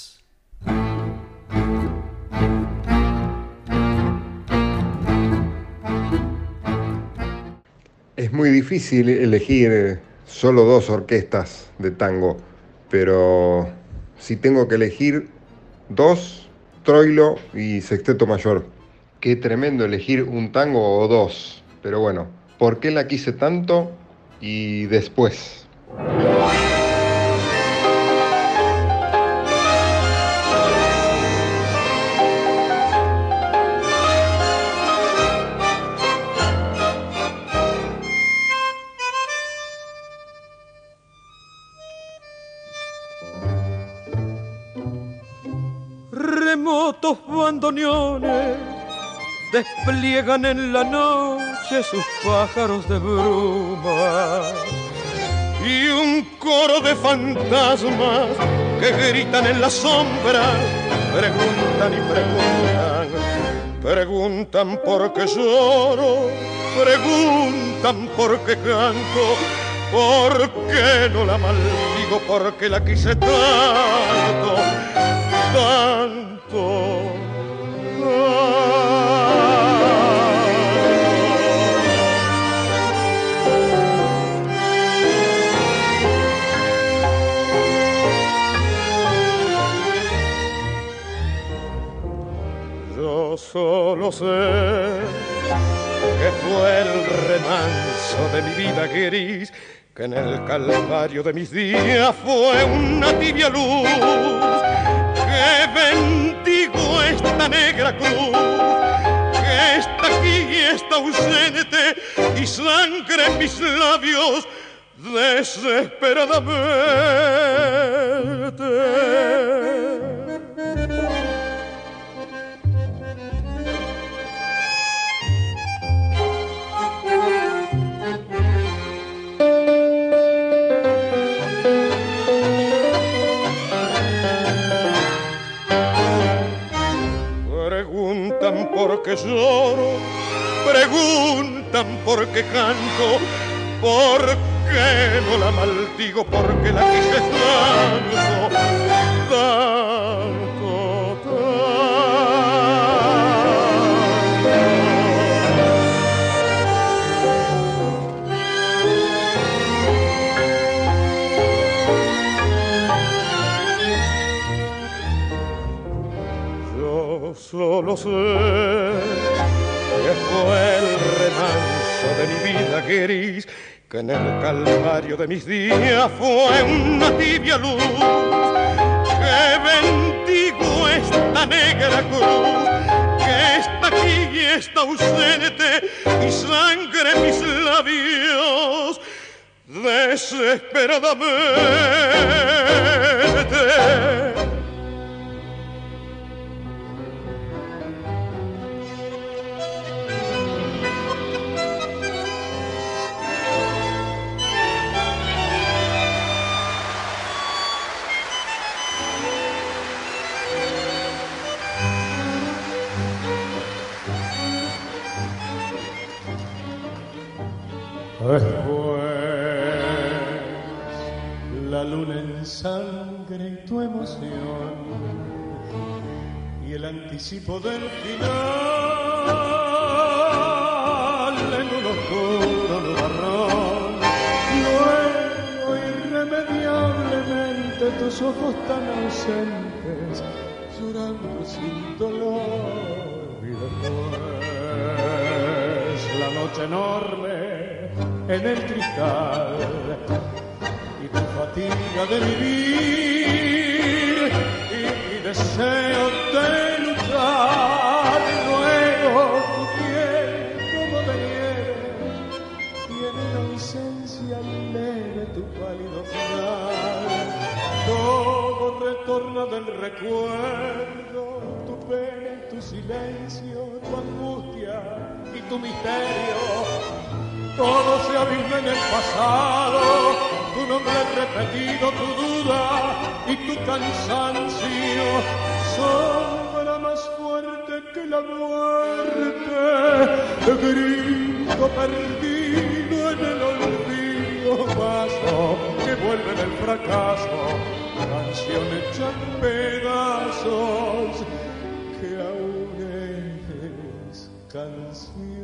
Es muy difícil elegir solo 2 orquestas de tango, pero si tengo que elegir 2, Troilo y Sexteto Mayor. Qué tremendo elegir un tango o 2, pero bueno, ¿por qué la quise tanto? Y después. Remotos bandoneones despliegan en la noche sus pájaros de bruma y un coro de fantasmas que gritan en las sombras preguntan y preguntan por qué lloro, preguntan por qué canto, por qué no la maldigo, por qué la quise tanto. Yo solo sé que fue el remanso de mi vida gris, que en el calvario de mis días fue una tibia luz que bendigo esta negra cruz, que está aquí y está ausente y sangre en mis labios desesperadamente. Preguntan por qué lloro, preguntan por qué canto, por qué no la maldigo, porque la quise tanto, tanto, solo sé que fue el remanso de mi vida gris, que en el calvario de mis días fue una tibia luz, que bendigo esta negra cruz, que está aquí y está ausente, y sangre en mis labios desesperadamente. Después, la luna en sangre y tu emoción, y el anticipo del final en un oscuro nubarrón. Luego, irremediablemente, tus ojos tan ausentes, llorando sin dolor. Y después, la noche enorme en el cristal y tu fatiga de vivir y mi deseo de luchar. Luego tu piel como de nieve tiene una ausencia leve, tu pálido final. Todo retorna del recuerdo, tu pena, tu silencio, tu angustia y tu misterio. Todo se abisma en el pasado, tu nombre repetido, tu duda y tu cansancio. Sombra más fuerte que la muerte, grito perdido en el olvido, paso que vuelve del fracaso, canción hecha en pedazos que aún es canción.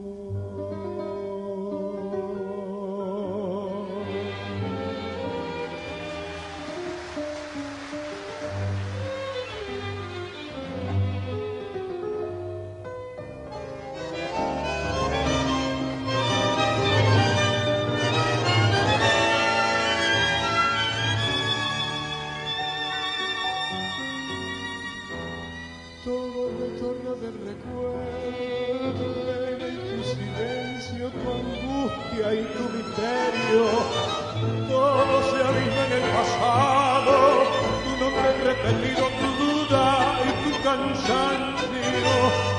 Y tu misterio, todo se abisma en el pasado, tu nombre repetido, tu duda y tu cansancio.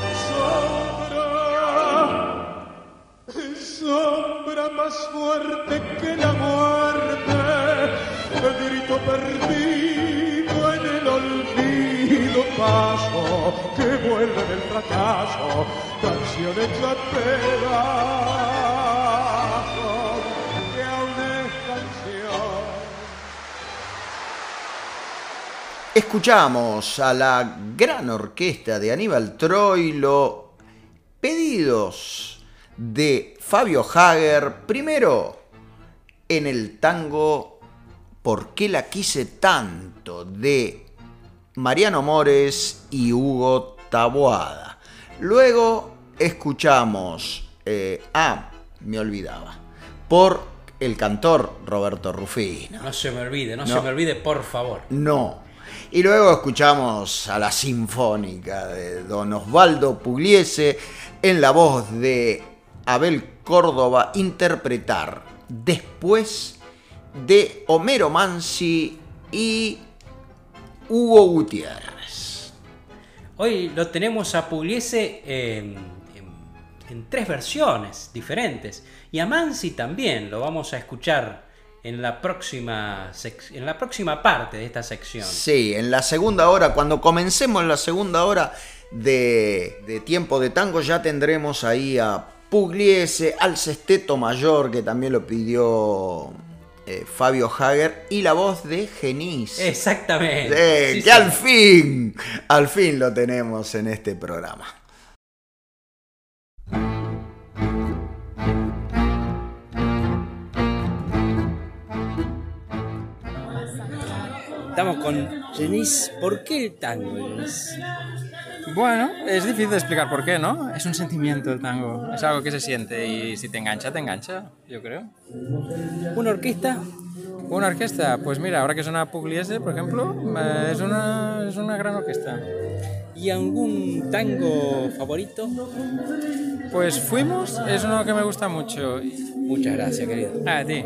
Sombra más fuerte que la muerte, grito perdido en el olvido, paso que vuelve del fracaso, canción hecha pedazos que aún es canción. Escuchamos a la gran orquesta de Aníbal Troilo, pedidos de Fabio Hager, primero en el tango ¿Por qué la quise tanto?, de Mariano Mores y Hugo Taboada. Luego escuchamos me olvidaba, por el cantor Roberto Rufino. No se me olvide, por favor. No. Y luego escuchamos a la Sinfónica de don Osvaldo Pugliese en la voz de Abel Córdoba, interpretar Después, de Homero Mansi y Hugo Gutiérrez. Hoy lo tenemos a Pugliese en tres versiones diferentes, y a Mansi también lo vamos a escuchar en la próxima parte de esta sección. Sí, en la segunda hora, cuando comencemos la segunda hora de Tiempo de Tango, ya tendremos ahí a Pugliese, al Sesteto Mayor, que también lo pidió Fabio Hager, y la voz de Genís. Exactamente. Sí, que al fin lo tenemos en este programa. Estamos con Genís. ¿Por qué el tango, Genís? Bueno, es difícil de explicar por qué, ¿no? Es un sentimiento el tango, es algo que se siente y si te engancha, yo creo. ¿Una orquesta? Una orquesta, pues mira, ahora que suena Pugliese, por ejemplo, es una gran orquesta. ¿Y algún tango favorito? Pues Fuimos, es uno que me gusta mucho. Muchas gracias, querido. A ti.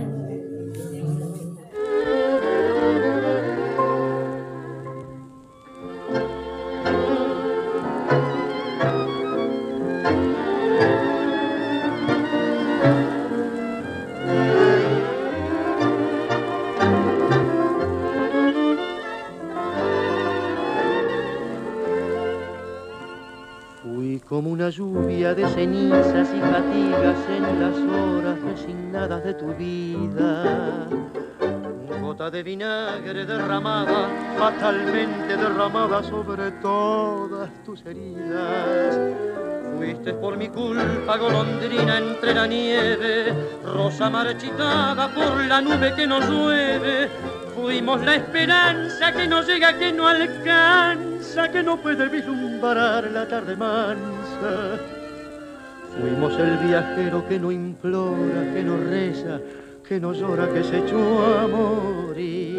Como una lluvia de cenizas y fatigas en las horas resignadas de tu vida. Gota de vinagre derramada, fatalmente derramada sobre todas tus heridas. Fuiste por mi culpa golondrina entre la nieve, rosa marchitada por la nube que nos llueve. Fuimos la esperanza que no llega, que no alcanza, que no puede vislumbrar la tarde mansa. Fuimos el viajero que no implora, que no reza, que no llora, que se echó a morir.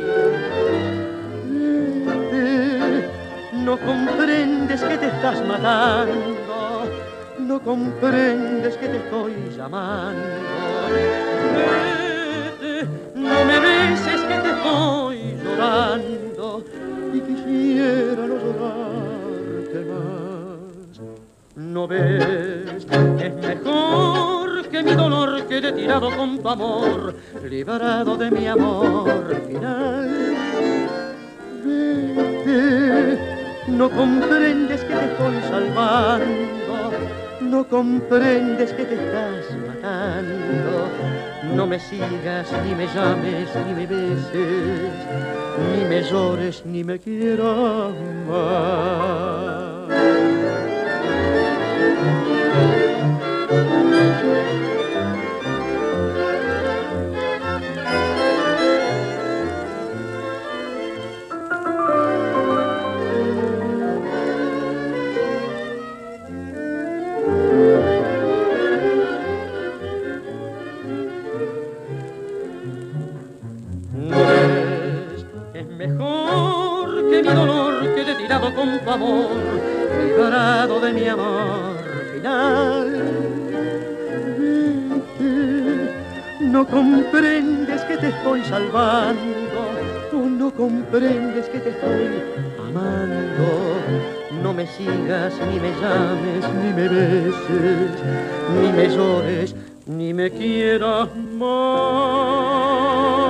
No comprendes que te estás matando, no comprendes que te estoy llamando. No me beses que te estoy llorando y quisiera no llorarte más. No ves, es mejor que mi dolor quede tirado con tu amor, liberado de mi amor final. Vete, no comprendes que te estoy salvando, no comprendes que te estás matando. No me sigas, ni me llames, ni me beses, ni me llores, ni me quieras más. Con tu amor, liberado de mi amor final. No comprendes que te estoy salvando, tú no comprendes que te estoy amando. No me sigas, ni me llames, ni me beses, ni me llores, ni me quieras más.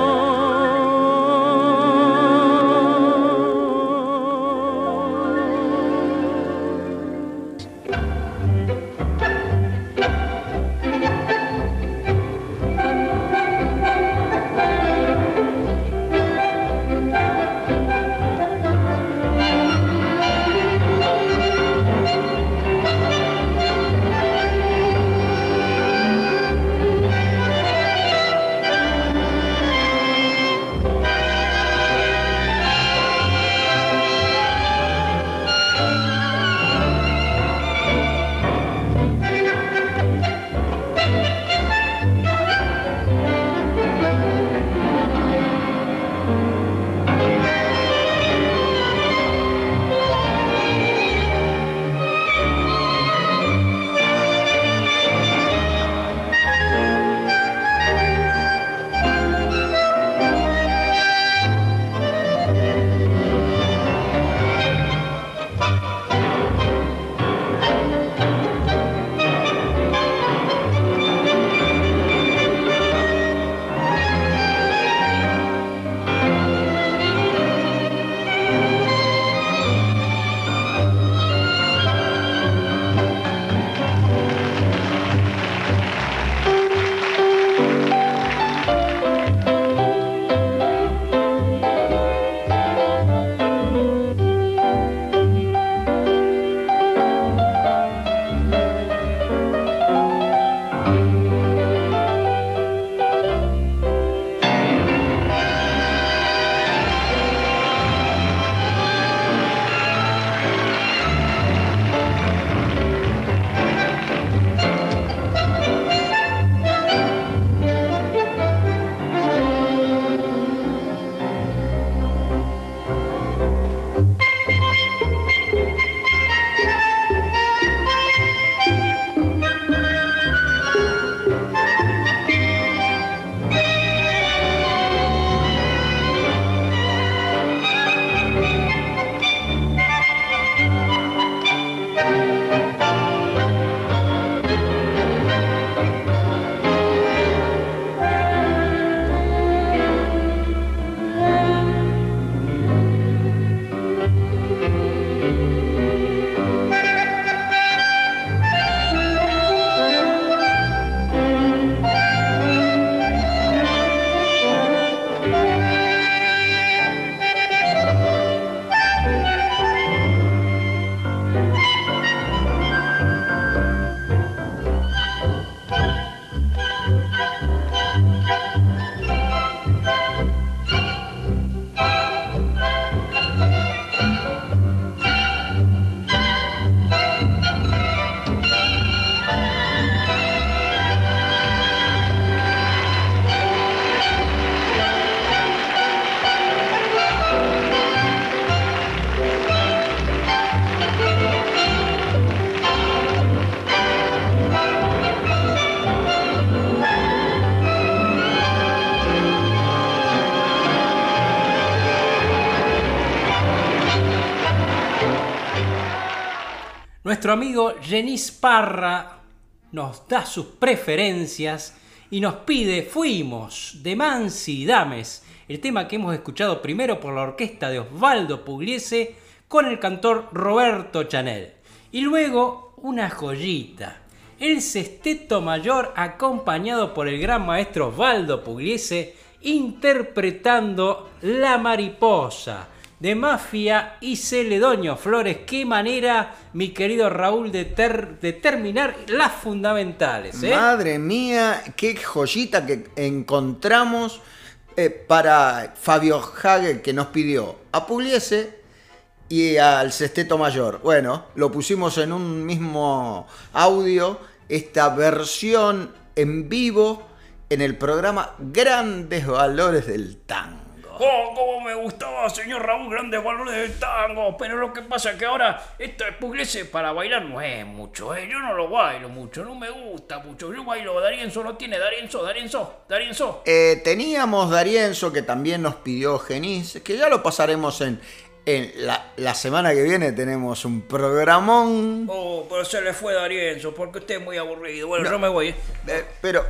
Nuestro amigo Genís Parra nos da sus preferencias y nos pide Fuimos, de Mansi y Dames, el tema que hemos escuchado primero por la orquesta de Osvaldo Pugliese con el cantor Roberto Chanel. Y luego una joyita, el Sesteto Mayor acompañado por el gran maestro Osvaldo Pugliese interpretando La Mariposa de Mafia y Celedonio Flores. Qué manera, mi querido Raúl, de terminar las fundamentales, ¿eh? Madre mía, qué joyita que encontramos para Fabio Hage, que nos pidió a Pugliese y al Sesteto Mayor. Bueno, lo pusimos en un mismo audio, esta versión en vivo en el programa Grandes Valores del Tango. ¡Oh, cómo me gustaba, señor Raúl, Grandes Valores del Tango! Pero lo que pasa es que ahora esto de Pugliese para bailar no es mucho, ¿eh? Yo no lo bailo mucho, no me gusta mucho. Yo bailo D'Arienzo, ¿no tiene D'Arienzo? Teníamos D'Arienzo, que también nos pidió Genís, que ya lo pasaremos en la semana que viene. Tenemos un programón. Oh, pero se le fue D'Arienzo, porque usted es muy aburrido. Bueno, no, yo me voy. Pero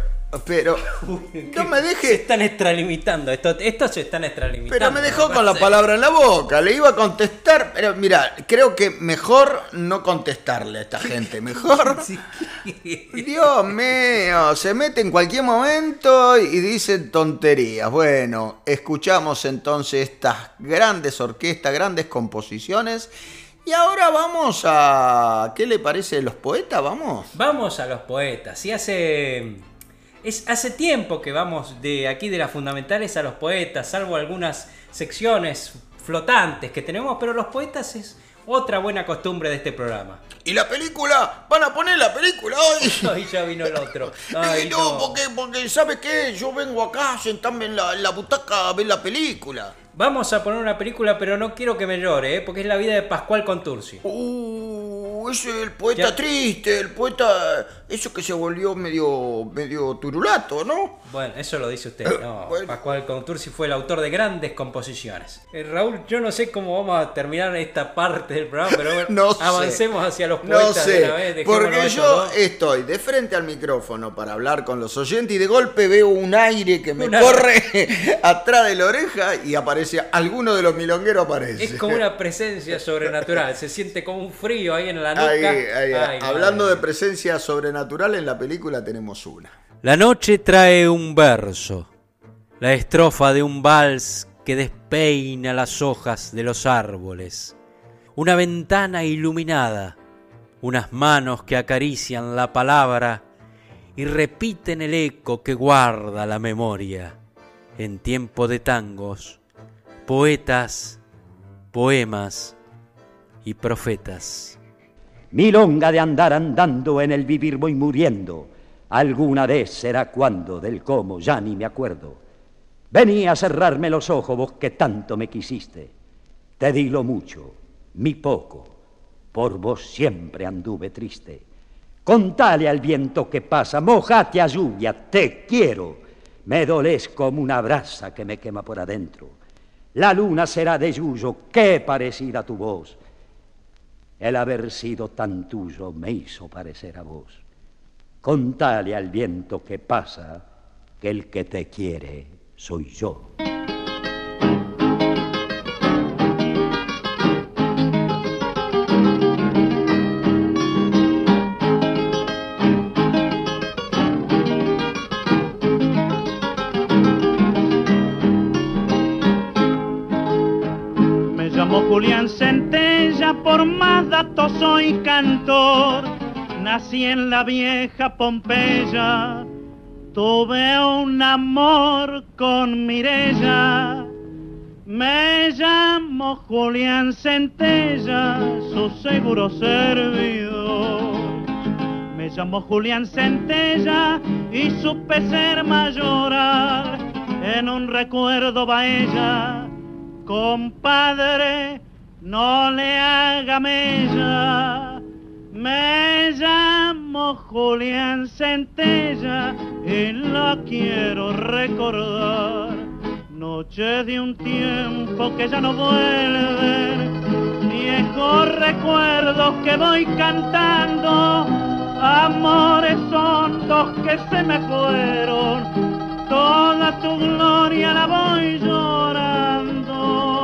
no me deje. Se están extralimitando. Esto se están extralimitando. Pero me dejó con la palabra en la boca. Le iba a contestar. Pero mira, creo que mejor no contestarle a esta gente. Mejor. Sí. Dios mío. Se mete en cualquier momento y dicen tonterías. Bueno, escuchamos entonces estas grandes orquestas, grandes composiciones. Y ahora vamos a... ¿Qué le parece a los poetas? Vamos a los poetas. Sí, hace tiempo que vamos de aquí de las fundamentales a los poetas, salvo algunas secciones flotantes que tenemos, pero los poetas es otra buena costumbre de este programa. ¿Y la película? ¿Van a poner la película hoy? Ay, ya vino el otro. Ay, no, porque ¿sabe qué? Yo vengo acá a sentarme en la butaca a ver la película. Vamos a poner una película, pero no quiero que me llore, porque es la vida de Pascual Contursi. Ese es el poeta triste, el poeta... Eso que se volvió medio turulato, ¿no? Bueno, eso lo dice usted. No, bueno. Pascual Contursi fue el autor de grandes composiciones. Raúl, yo no sé cómo vamos a terminar esta parte del programa, pero bueno, no avancemos hacia los poetas de una vez. Porque yo estoy de frente al micrófono para hablar con los oyentes y de golpe veo un aire que me corre atrás de la oreja y aparece alguno de los milongueros aparece. Es como una presencia sobrenatural, se siente como un frío ahí en la nuca. Ay, hablando de presencia sobrenatural, en la película tenemos una. La noche trae un verso, la estrofa de un vals que despeina las hojas de los árboles, una ventana iluminada, unas manos que acarician la palabra y repiten el eco que guarda la memoria. En tiempo de tangos, poetas, poemas y profetas. Milonga de andar andando, en el vivir voy muriendo. Alguna vez será cuando, del cómo ya ni me acuerdo. Vení a cerrarme los ojos, vos que tanto me quisiste. Te di lo mucho, mi poco, por vos siempre anduve triste. Contale al viento que pasa, mojate a lluvia, te quiero. Me dolés como una brasa que me quema por adentro. La luna será de yuyo, qué parecida a tu voz. El haber sido tan tuyo me hizo parecer a vos. Contale al viento que pasa que el que te quiere soy yo. Me llamo Julián Centella, por más datos soy cantor. Nací en la vieja Pompeya, tuve un amor con Mirella. Me llamo Julián Centella, su seguro servidor. Me llamo Julián Centella y supe ser mayoral. En un recuerdo va ella, compadre, no le haga mella. Me llamo Julián Centella y la quiero recordar. Noche de un tiempo que ya no vuelve, viejo recuerdos que voy cantando, amores hondos que se me fueron, toda tu gloria la voy llorando.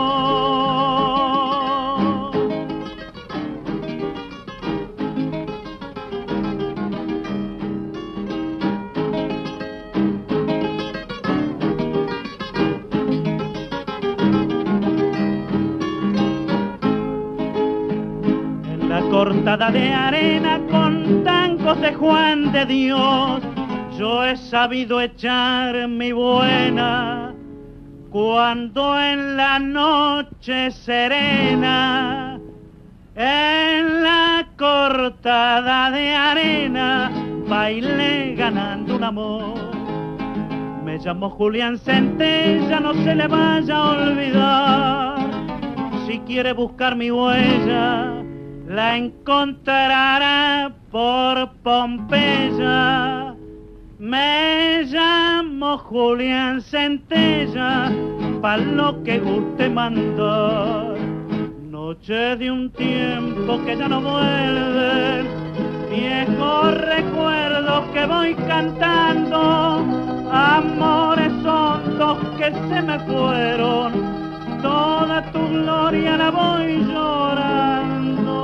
En la cortada de arena con tangos de Juan de Dios, yo he sabido echar mi buena cuando en la noche serena, en la cortada de arena, bailé ganando un amor. Me llamo Julián Centella, no se le vaya a olvidar. Si quiere buscar mi huella, la encontrará por Pompeya. Me llamo Julián Centella, pa' lo que guste mandar. Noche de un tiempo que ya no vuelve, viejos recuerdos que voy cantando, amores hondos que se me fueron, toda tu gloria la voy llorando.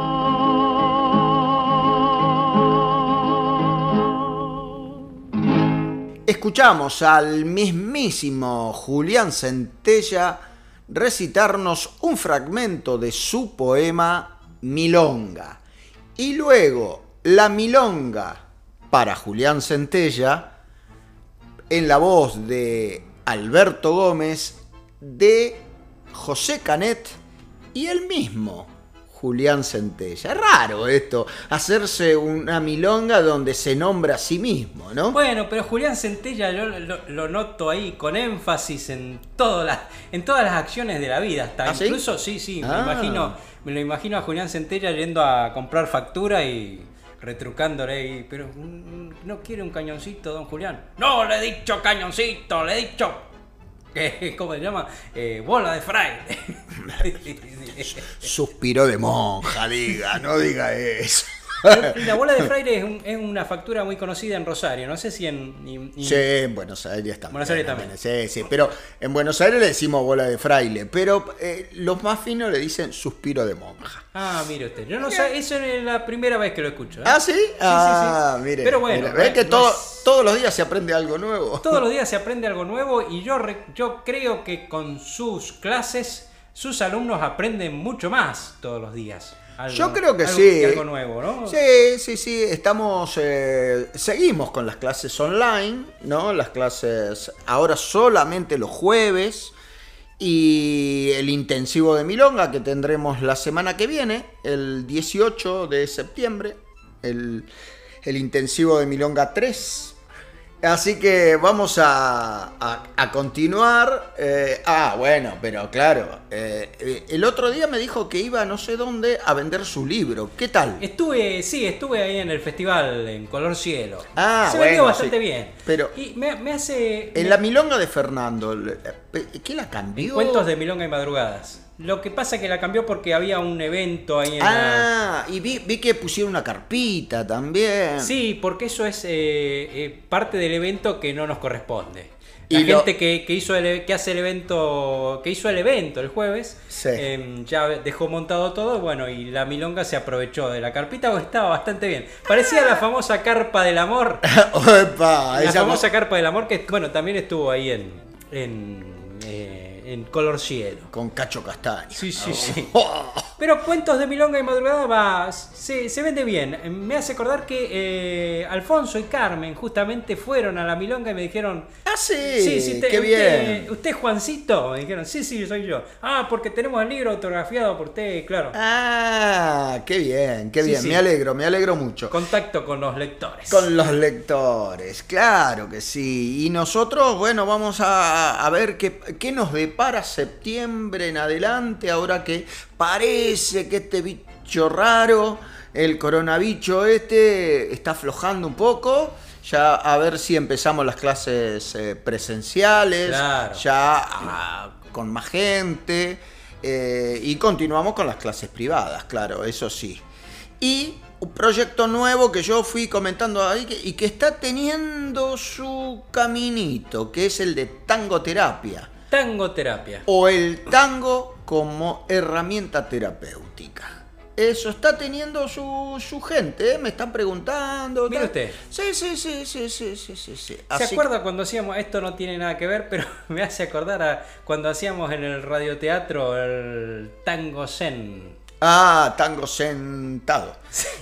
Escuchamos al mismísimo Julián Centella recitarnos un fragmento de su poema Milonga. Y luego la milonga para Julián Centella en la voz de Alberto Gómez, de José Canet y el mismo Julián Centella. Es raro esto, hacerse una milonga donde se nombra a sí mismo, ¿no? Bueno, pero Julián Centella yo lo noto ahí con énfasis en todas las acciones de la vida. Hasta ¿Ah, incluso, sí? Sí, me lo imagino a Julián Centella yendo a comprar factura y retrucándole ahí, pero ¿no quiere un cañoncito, don Julián? No, le he dicho cañoncito, le he dicho... ¿Cómo se llama? Bola de fraile. Suspiro de monja, no diga eso. La bola de fraile es una factura muy conocida en Rosario. No sé si Sí, en Buenos Aires también. Buenos Aires también. Sí, pero en Buenos Aires le decimos bola de fraile, pero los más finos le dicen suspiro de monja. Ah, mire usted. Yo no sé, eso es la primera vez que lo escucho. ¿Ah, sí? Sí. Mire. Pero bueno. ¿Ves que todos los días se aprende algo nuevo? Todos los días se aprende algo nuevo y yo creo que con sus clases, sus alumnos aprenden mucho más todos los días. Yo creo que sí. Algo nuevo, ¿no? Sí. Estamos, seguimos con las clases online, ¿no? Las clases ahora solamente los jueves. Y el intensivo de milonga que tendremos la semana que viene, el 18 de septiembre, el intensivo de milonga 3. Así que vamos a continuar. Bueno, pero claro, el otro día me dijo que iba no sé dónde a vender su libro. ¿Qué tal? Estuve ahí en el festival en Color Cielo. Se bueno, vendió bastante bien. Pero y me hace... En la milonga de Fernando, ¿qué la cambió? Cuentos de milonga y madrugadas. Lo que pasa es que la cambió porque había un evento ahí en y vi que pusieron una carpita también. Sí, porque eso es parte del evento que no nos corresponde. La gente que hizo el evento el jueves, ya dejó montado todo, bueno, y la milonga se aprovechó de la carpita, porque estaba bastante bien. Parecía la famosa carpa del amor. La famosa carpa del amor que, bueno, también estuvo ahí en Color Cielo. Con Cacho Castaño. Sí. Pero Cuentos de milonga y madrugada se vende bien. Me hace acordar que Alfonso y Carmen justamente fueron a la milonga y me dijeron... Sí, qué bien. ¿Usted es Juancito? Me dijeron, sí, soy yo. Porque tenemos el libro autografiado por usted, claro. Qué bien. Sí. Me alegro mucho. Contacto con los lectores. Con los lectores, claro que sí. Y nosotros, bueno, vamos a ver qué nos depara septiembre en adelante, ahora que parece que este bicho raro, el coronabicho está aflojando un poco. Ya a ver si empezamos las clases presenciales, claro. ya con más gente. Y continuamos con las clases privadas, claro, eso sí. Y un proyecto nuevo que yo fui comentando ahí y que está teniendo su caminito, que es el de tangoterapia. Tangoterapia. O el tango como herramienta terapéutica. Eso está teniendo su gente, ¿eh? Me están preguntando. Mire usted. Sí. ¿Se acuerda cuando hacíamos, esto no tiene nada que ver, pero me hace acordar a cuando hacíamos en el radioteatro el tango zen? Ah, tango sentado.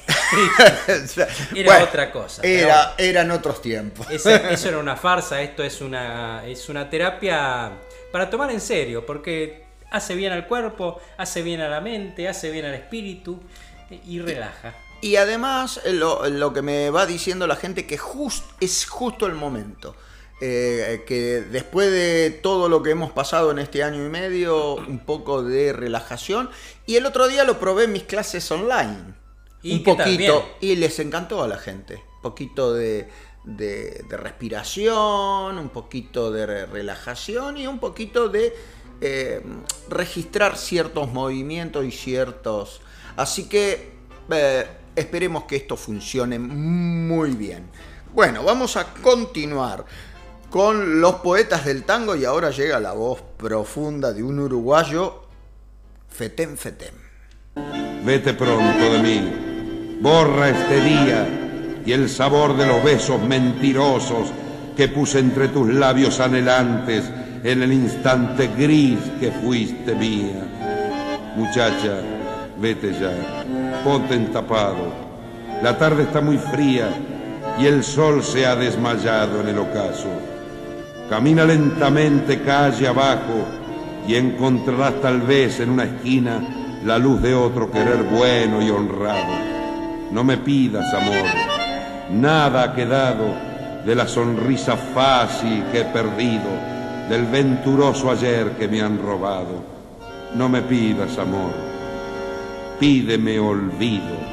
Era bueno, otra cosa. Eran otros tiempos. Eso era una farsa, esto es una terapia para tomar en serio, porque hace bien al cuerpo, hace bien a la mente, hace bien al espíritu y relaja. Y además lo que me va diciendo la gente que es justo el momento. Que después de todo lo que hemos pasado en este año y medio, un poco de relajación. Y el otro día lo probé en mis clases online. ¿Y un poquito. Y les encantó a la gente. Un poquito de respiración, un poquito de relajación y un poquito de registrar ciertos movimientos y ciertos... Así que esperemos que esto funcione muy bien. Bueno, vamos a continuar con los poetas del tango y ahora llega la voz profunda de un uruguayo, Fetén Fetén. Vete pronto de mí, borra este día y el sabor de los besos mentirosos que puse entre tus labios anhelantes en el instante gris que fuiste mía. Muchacha, vete ya, ponte entapado. La tarde está muy fría y el sol se ha desmayado en el ocaso. Camina lentamente calle abajo y encontrarás tal vez en una esquina la luz de otro querer bueno y honrado. No me pidas amor, nada ha quedado de la sonrisa fácil que he perdido, del venturoso ayer que me han robado. No me pidas amor, pídeme olvido.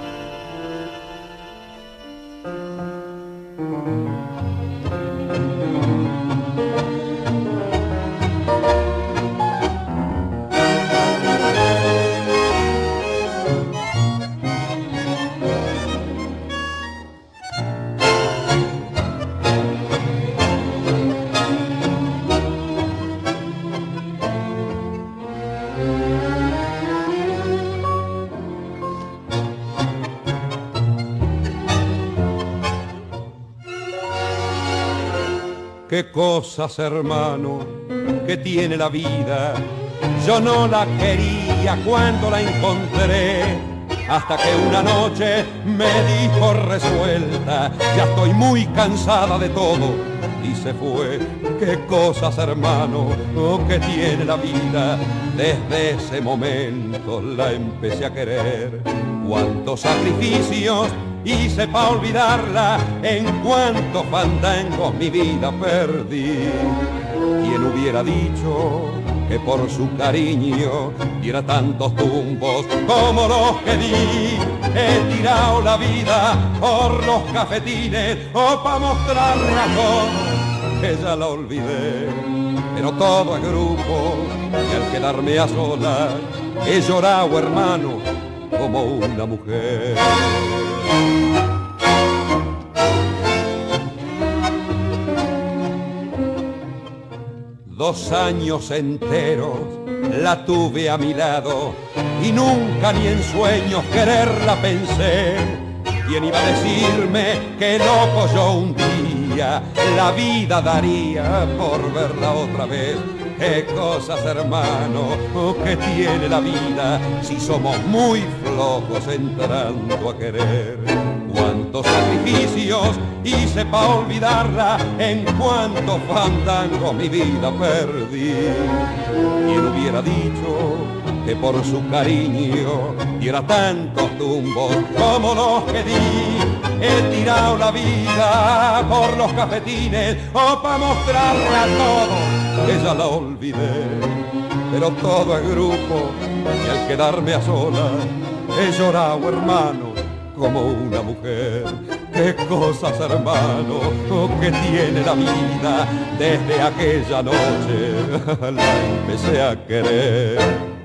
Qué cosas, hermano, que tiene la vida. Yo no la quería cuando la encontré, hasta que una noche me dijo resuelta: ya estoy muy cansada de todo, y se fue. Qué cosas, hermano, que tiene la vida. Desde ese momento la empecé a querer. Cuántos sacrificios hice pa' olvidarla, en cuantos fandangos mi vida perdí. ¿Quién hubiera dicho que por su cariño diera tantos tumbos como los que di? He tirado la vida por los cafetines o pa' mostrarle a todos que ya la olvidé. Pero todo es grupo y al quedarme a solas he llorado, hermano, como una mujer. 2 años enteros la tuve a mi lado y nunca ni en sueños quererla pensé. ¿Quién iba a decirme que loco yo un día la vida daría por verla otra vez? Qué cosas, hermano, que tiene la vida si somos muy flojos entrando a querer. Cuántos sacrificios hice pa' olvidarla, en cuantos fandangos mi vida perdí. ¿Quién hubiera dicho que por su cariño diera tantos tumbos como los que di? He tirado la vida por los cafetines o pa' mostrarle a todos que ya la olvidé. Pero todo es grupo y al quedarme a solas he llorado, hermano, como una mujer. Qué cosas, hermano, que tiene la vida. Desde aquella noche la empecé a querer.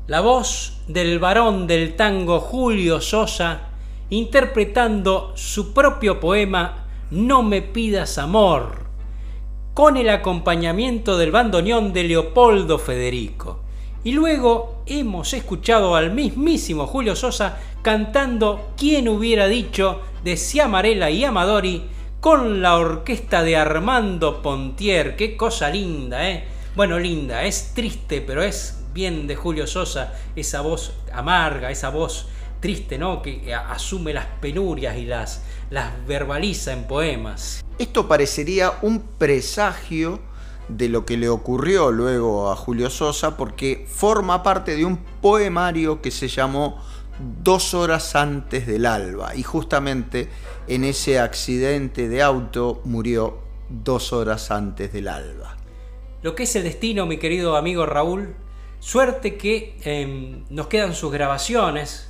La voz del varón del tango Julio Sosa interpretando su propio poema No me pidas amor, con el acompañamiento del bandoneón de Leopoldo Federico. Y luego hemos escuchado al mismísimo Julio Sosa cantando ¿Quién hubiera dicho? De Ciamarella y Amadori con la orquesta de Armando Pontier. Qué cosa linda, ¿eh? Bueno, linda, es triste, pero es bien de Julio Sosa, esa voz amarga, esa voz triste, ¿no? Que asume las penurias y las verbaliza en poemas. Esto parecería un presagio de lo que le ocurrió luego a Julio Sosa, porque forma parte de un poemario que se llamó 2 horas antes del alba, y justamente en ese accidente de auto murió 2 horas antes del alba. Lo que es el destino, mi querido amigo Raúl, suerte que nos quedan sus grabaciones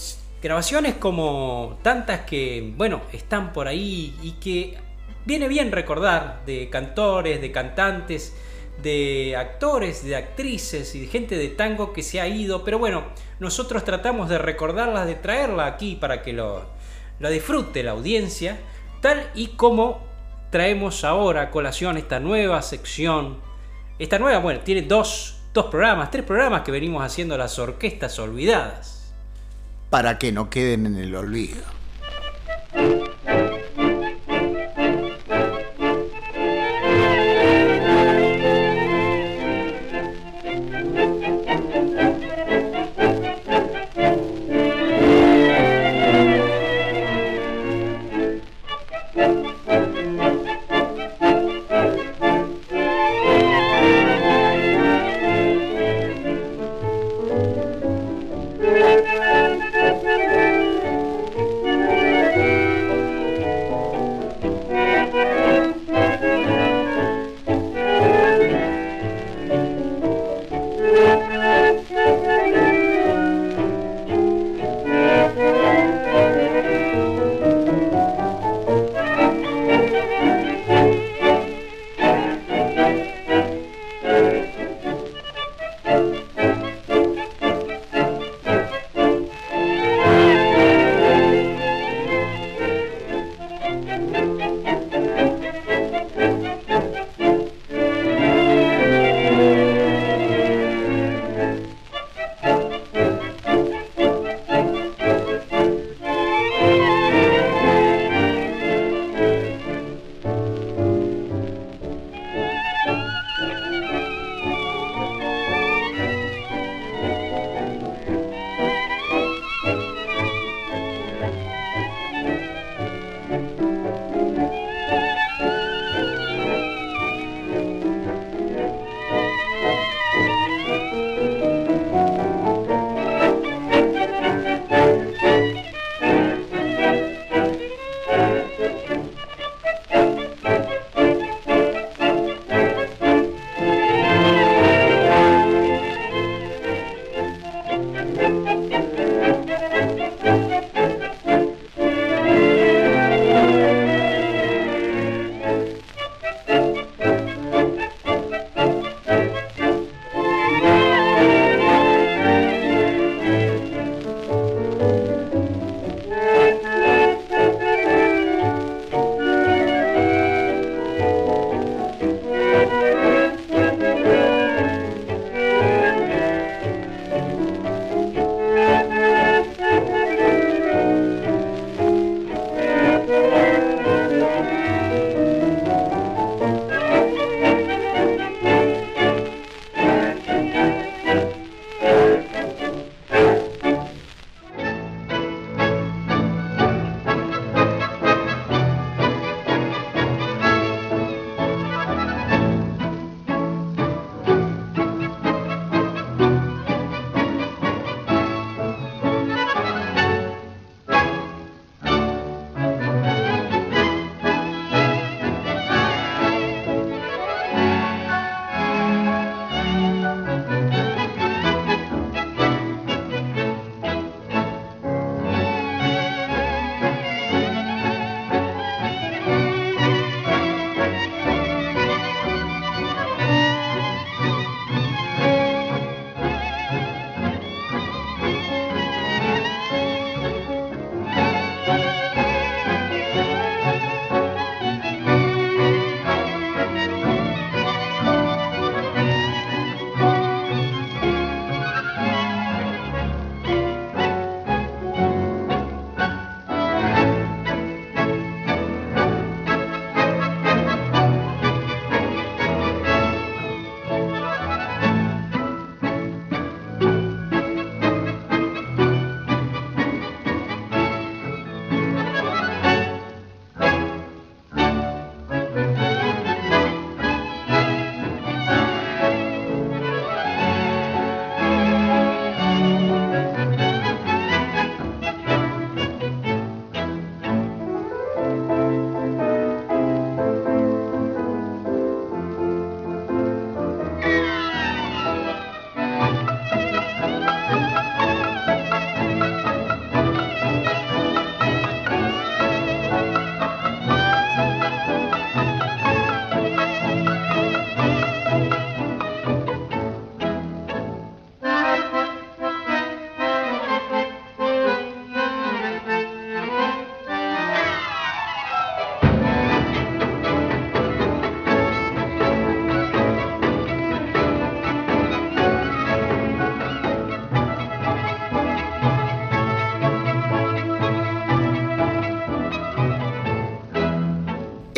como tantas que, bueno, están por ahí y que viene bien recordar, de cantores, de cantantes, de actores, de actrices y de gente de tango que se ha ido, pero bueno, nosotros tratamos de recordarlas, de traerla aquí para que lo disfrute la audiencia, tal y como traemos ahora a colación esta nueva sección. Esta nueva, bueno, tiene tres programas que venimos haciendo, las orquestas olvidadas. Para que no queden en el olvido.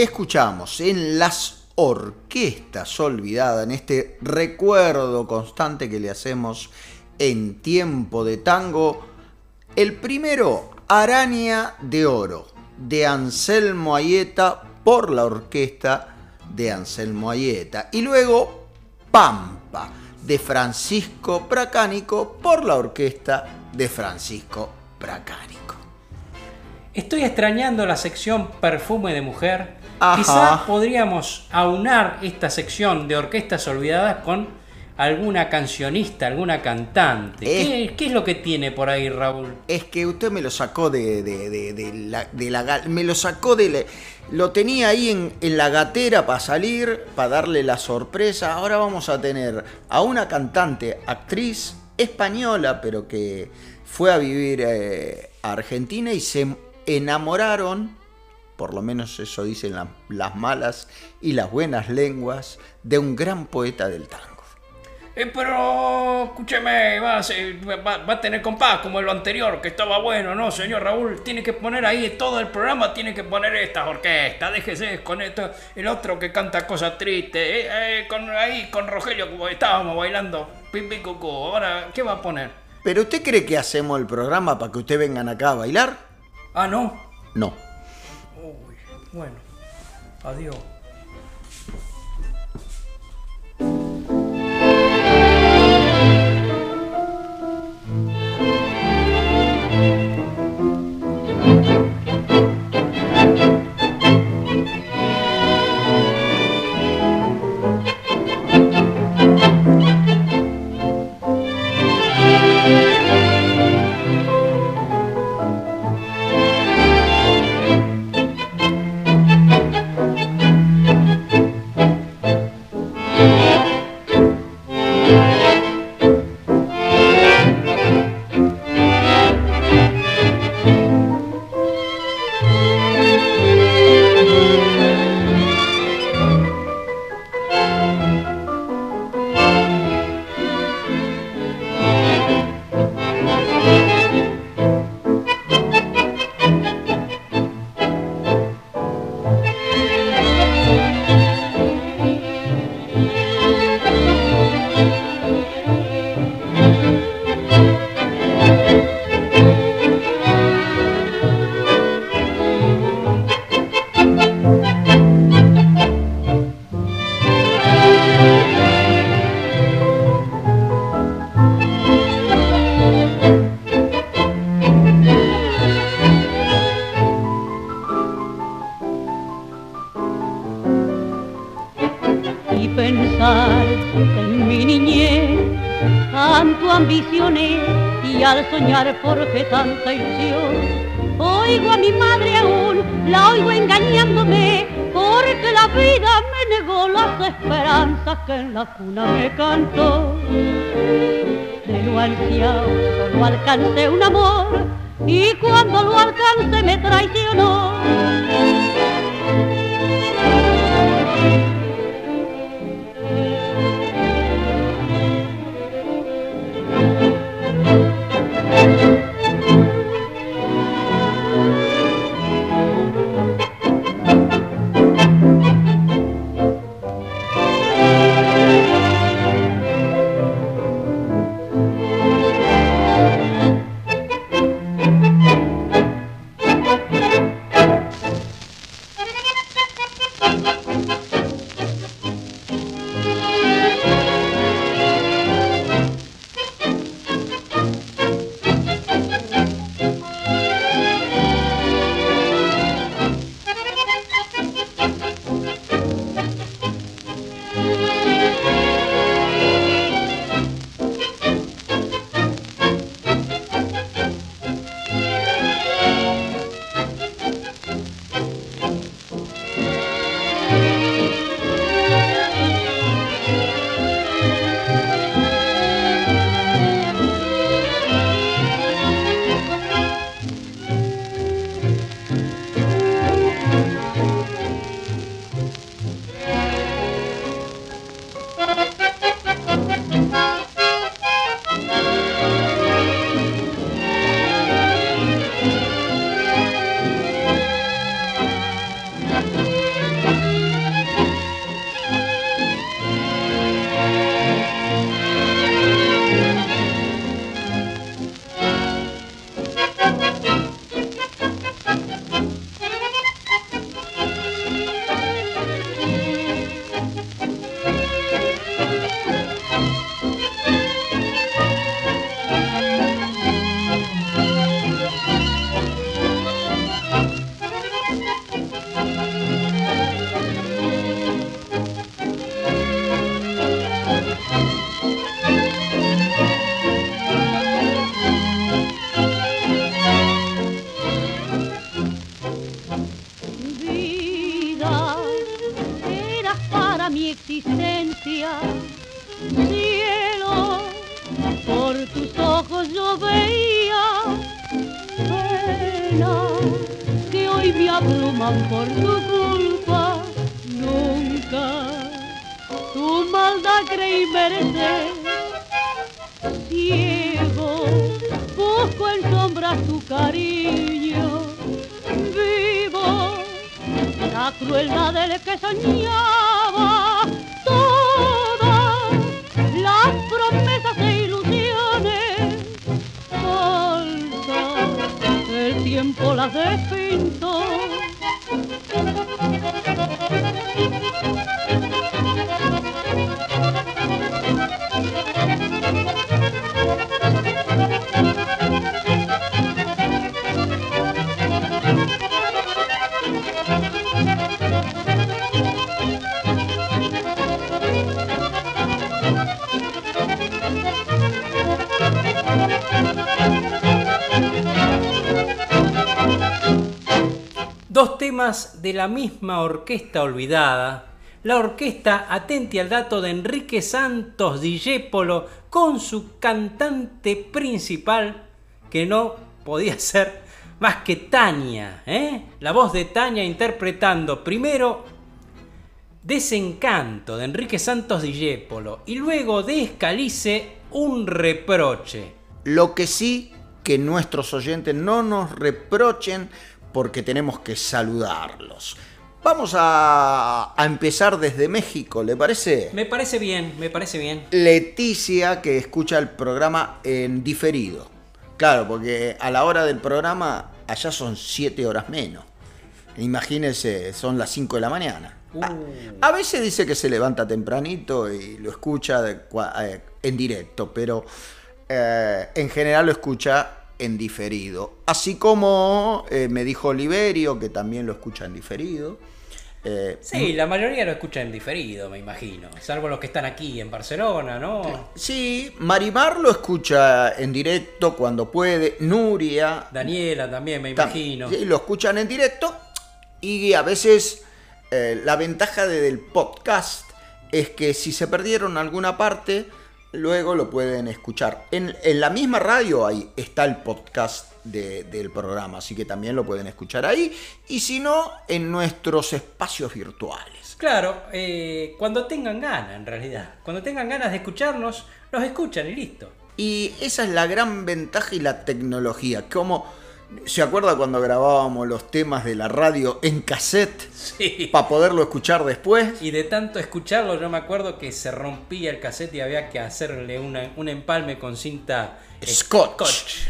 escuchamos en las orquestas olvidadas, en este recuerdo constante que le hacemos en Tiempo de Tango, el primero, Araña de Oro, de Anselmo Aieta, por la orquesta de Anselmo Aieta, y luego Pampa, de Francisco Pracánico, por la orquesta de Francisco Pracánico. Estoy extrañando la sección Perfume de Mujer. Ajá. Quizás podríamos aunar esta sección de orquestas olvidadas con alguna cancionista, alguna cantante. ¿Qué es lo que tiene por ahí, Raúl? Es que usted me lo sacó lo tenía ahí en la gatera para salir, para darle la sorpresa. Ahora vamos a tener a una cantante, actriz española, pero que fue a vivir a Argentina y se enamoraron, por lo menos eso dicen las malas y las buenas lenguas, de un gran poeta del tango. Pero, escúcheme, va a tener compás como lo anterior, que estaba bueno, ¿no, señor Raúl? Tiene que poner ahí todo el programa, tiene que poner estas orquestas, déjese con esto, el otro que canta cosas tristes, con Rogelio, como estábamos bailando, pim pim cucú. Ahora, ¿qué va a poner? ¿Pero usted cree que hacemos el programa para que ustedes vengan acá a bailar? Ah, ¿no? No. Uy, bueno, adiós. Soñar forjé tanta ilusión. Oigo a mi madre aún, la oigo engañándome, porque la vida me negó las esperanzas que en la cuna me cantó. De lo ansiado solo alcancé un amor, y cuando lo alcancé me traicionó. por tus ojos yo veía penas que hoy me abruman por tu culpa. Nunca tu maldad creí merecer. Ciego, busco en sombras tu cariño. Vivo la crueldad del que soñaba. Todas las promesas e ilusiones falsas, el tiempo las despintó. Dos temas de la misma orquesta olvidada, la orquesta Atenti al dato de Enrique Santos Discépolo con su cantante principal, que no podía ser más que Tania, la voz de Tania interpretando primero Desencanto de Enrique Santos Discépolo y luego Descalice, Un reproche. Lo que sí, que nuestros oyentes no nos reprochen porque tenemos que saludarlos. Vamos a empezar desde México, ¿le parece? Me parece bien, me parece bien. Leticia, que escucha el programa en diferido. Claro, porque a la hora del programa allá son 7 horas menos. Imagínense, son las 5 de la mañana. A veces dice que se levanta tempranito y lo escucha en directo, pero en general lo escucha en diferido. Así como me dijo Oliverio, que también lo escucha en diferido. Sí, la mayoría lo escucha en diferido, me imagino. Salvo los que están aquí en Barcelona, ¿no? Sí, Marimar lo escucha en directo cuando puede. Nuria. Daniela también, me imagino. Sí, lo escuchan en directo. Y a veces la ventaja del podcast es que si se perdieron alguna parte, luego lo pueden escuchar. En la misma radio ahí está el podcast del programa, así que también lo pueden escuchar ahí. Y si no, en nuestros espacios virtuales. Claro, cuando tengan ganas, en realidad. Cuando tengan ganas de escucharnos, los escuchan y listo. Y esa es la gran ventaja y la tecnología. Como... ¿Se acuerda cuando grabábamos los temas de la radio en cassette? Sí. Para poderlo escuchar después. Y de tanto escucharlo, yo me acuerdo que se rompía el cassette y había que hacerle un empalme con cinta Scotch.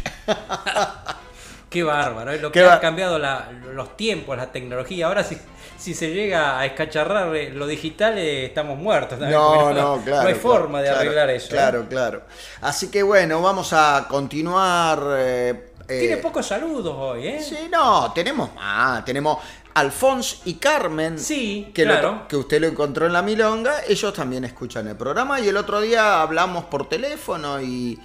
Qué bárbaro, es lo que ha cambiado los tiempos, la tecnología. Ahora si se llega a escacharrar lo digital, estamos muertos. No, claro. No hay forma de arreglar eso. Claro. Así que bueno, vamos a continuar... Tiene pocos saludos hoy, ¿eh? Sí, no, tenemos más. Tenemos Alfons y Carmen. Sí, que claro. Que usted lo encontró en la Milonga. Ellos también escuchan el programa. Y el otro día hablamos por teléfono y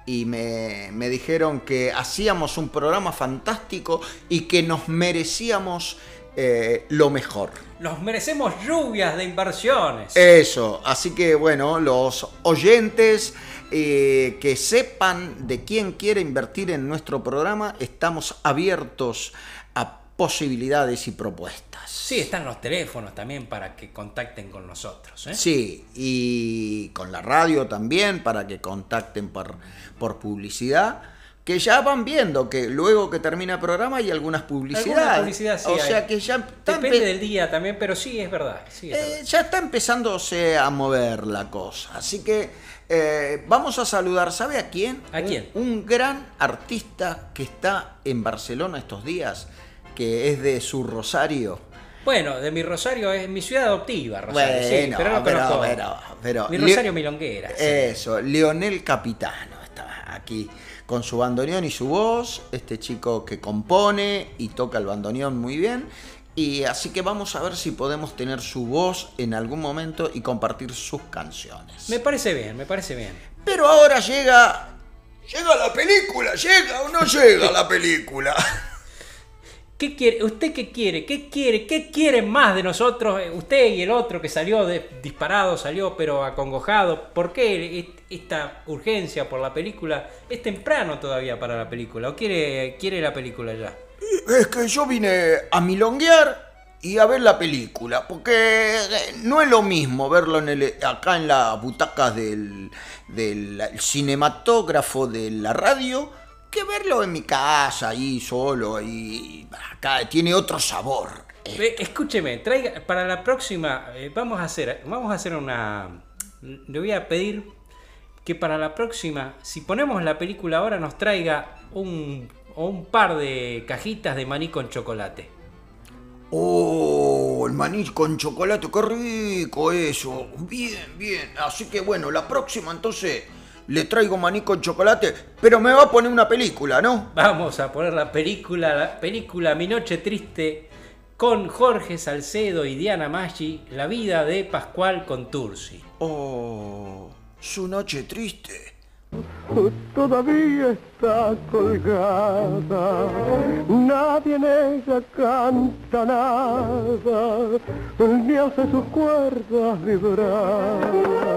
me dijeron que hacíamos un programa fantástico y que nos merecíamos lo mejor. Nos merecemos lluvias de inversiones. Eso, así que bueno, los oyentes que sepan de quién quiere invertir en nuestro programa, estamos abiertos a posibilidades y propuestas. Sí, están los teléfonos también para que contacten con nosotros, ¿eh? Sí, y con la radio también para que contacten por publicidad. Que ya van viendo que luego que termina el programa hay algunas publicidades. Sí, o sea que ya depende del día también, pero sí es verdad. Ya está empezándose a mover la cosa. Así que vamos a saludar, ¿sabe a quién? ¿A quién? Un gran artista que está en Barcelona estos días, que es de su Rosario. Bueno, de mi Rosario es mi ciudad adoptiva, Rosario. Bueno, sí, pero no conozco. Pero mi Rosario milonguera. Eso, sí. Leonel Capitano estaba aquí con su bandoneón y su voz, este chico que compone y toca el bandoneón muy bien. Y así que vamos a ver si podemos tener su voz en algún momento y compartir sus canciones. Me parece bien, me parece bien. Pero ahora llega la película, ¿llega o no llega la película? ¿Qué quiere? ¿Usted qué quiere? ¿Qué quiere? ¿Qué quiere más de nosotros? Usted y el otro que salió disparado, salió pero acongojado. ¿Por qué esta urgencia por la película? Es temprano todavía para la película. ¿O quiere la película ya? Es que yo vine a milonguear y a ver la película, porque no es lo mismo verlo acá en las butacas del cinematógrafo de la radio que verlo en mi casa ahí solo, y acá tiene otro sabor. Escúcheme, traiga para la próxima, vamos a hacer una... Le voy a pedir que para la próxima, si ponemos la película ahora, nos traiga un par de cajitas de maní con chocolate. Oh, el maní con chocolate, qué rico eso. Bien, bien. Así que bueno, la próxima entonces le traigo maní con chocolate, pero me va a poner una película, ¿no? Vamos a poner la película Mi Noche Triste con Jorge Salcedo y Diana Maggi, la vida de Pascual Contursi. Oh, su noche triste. Todavía está colgada, nadie en ella canta nada, ni hace sus cuerdas vibrar.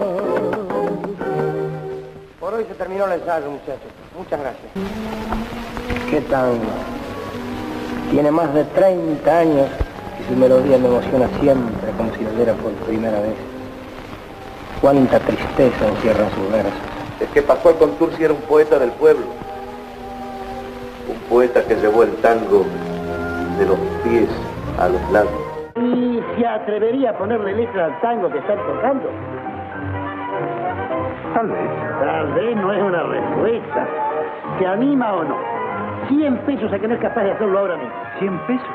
Por hoy se terminó el ensayo, muchachos. Muchas gracias. ¿Qué tango? Tiene más de 30 años y su melodía me emociona siempre como si lo oyera por primera vez. Cuánta tristeza encierra sus versos. Es que Pascual Contursi era un poeta del pueblo. Un poeta que llevó el tango de los pies a los labios. ¿Y se atrevería a ponerle letra al tango que están tocando? Tal vez. Tal vez no es una respuesta. ¿Se anima o no? 100 pesos a que no es capaz de hacerlo ahora mismo. ¿100 pesos?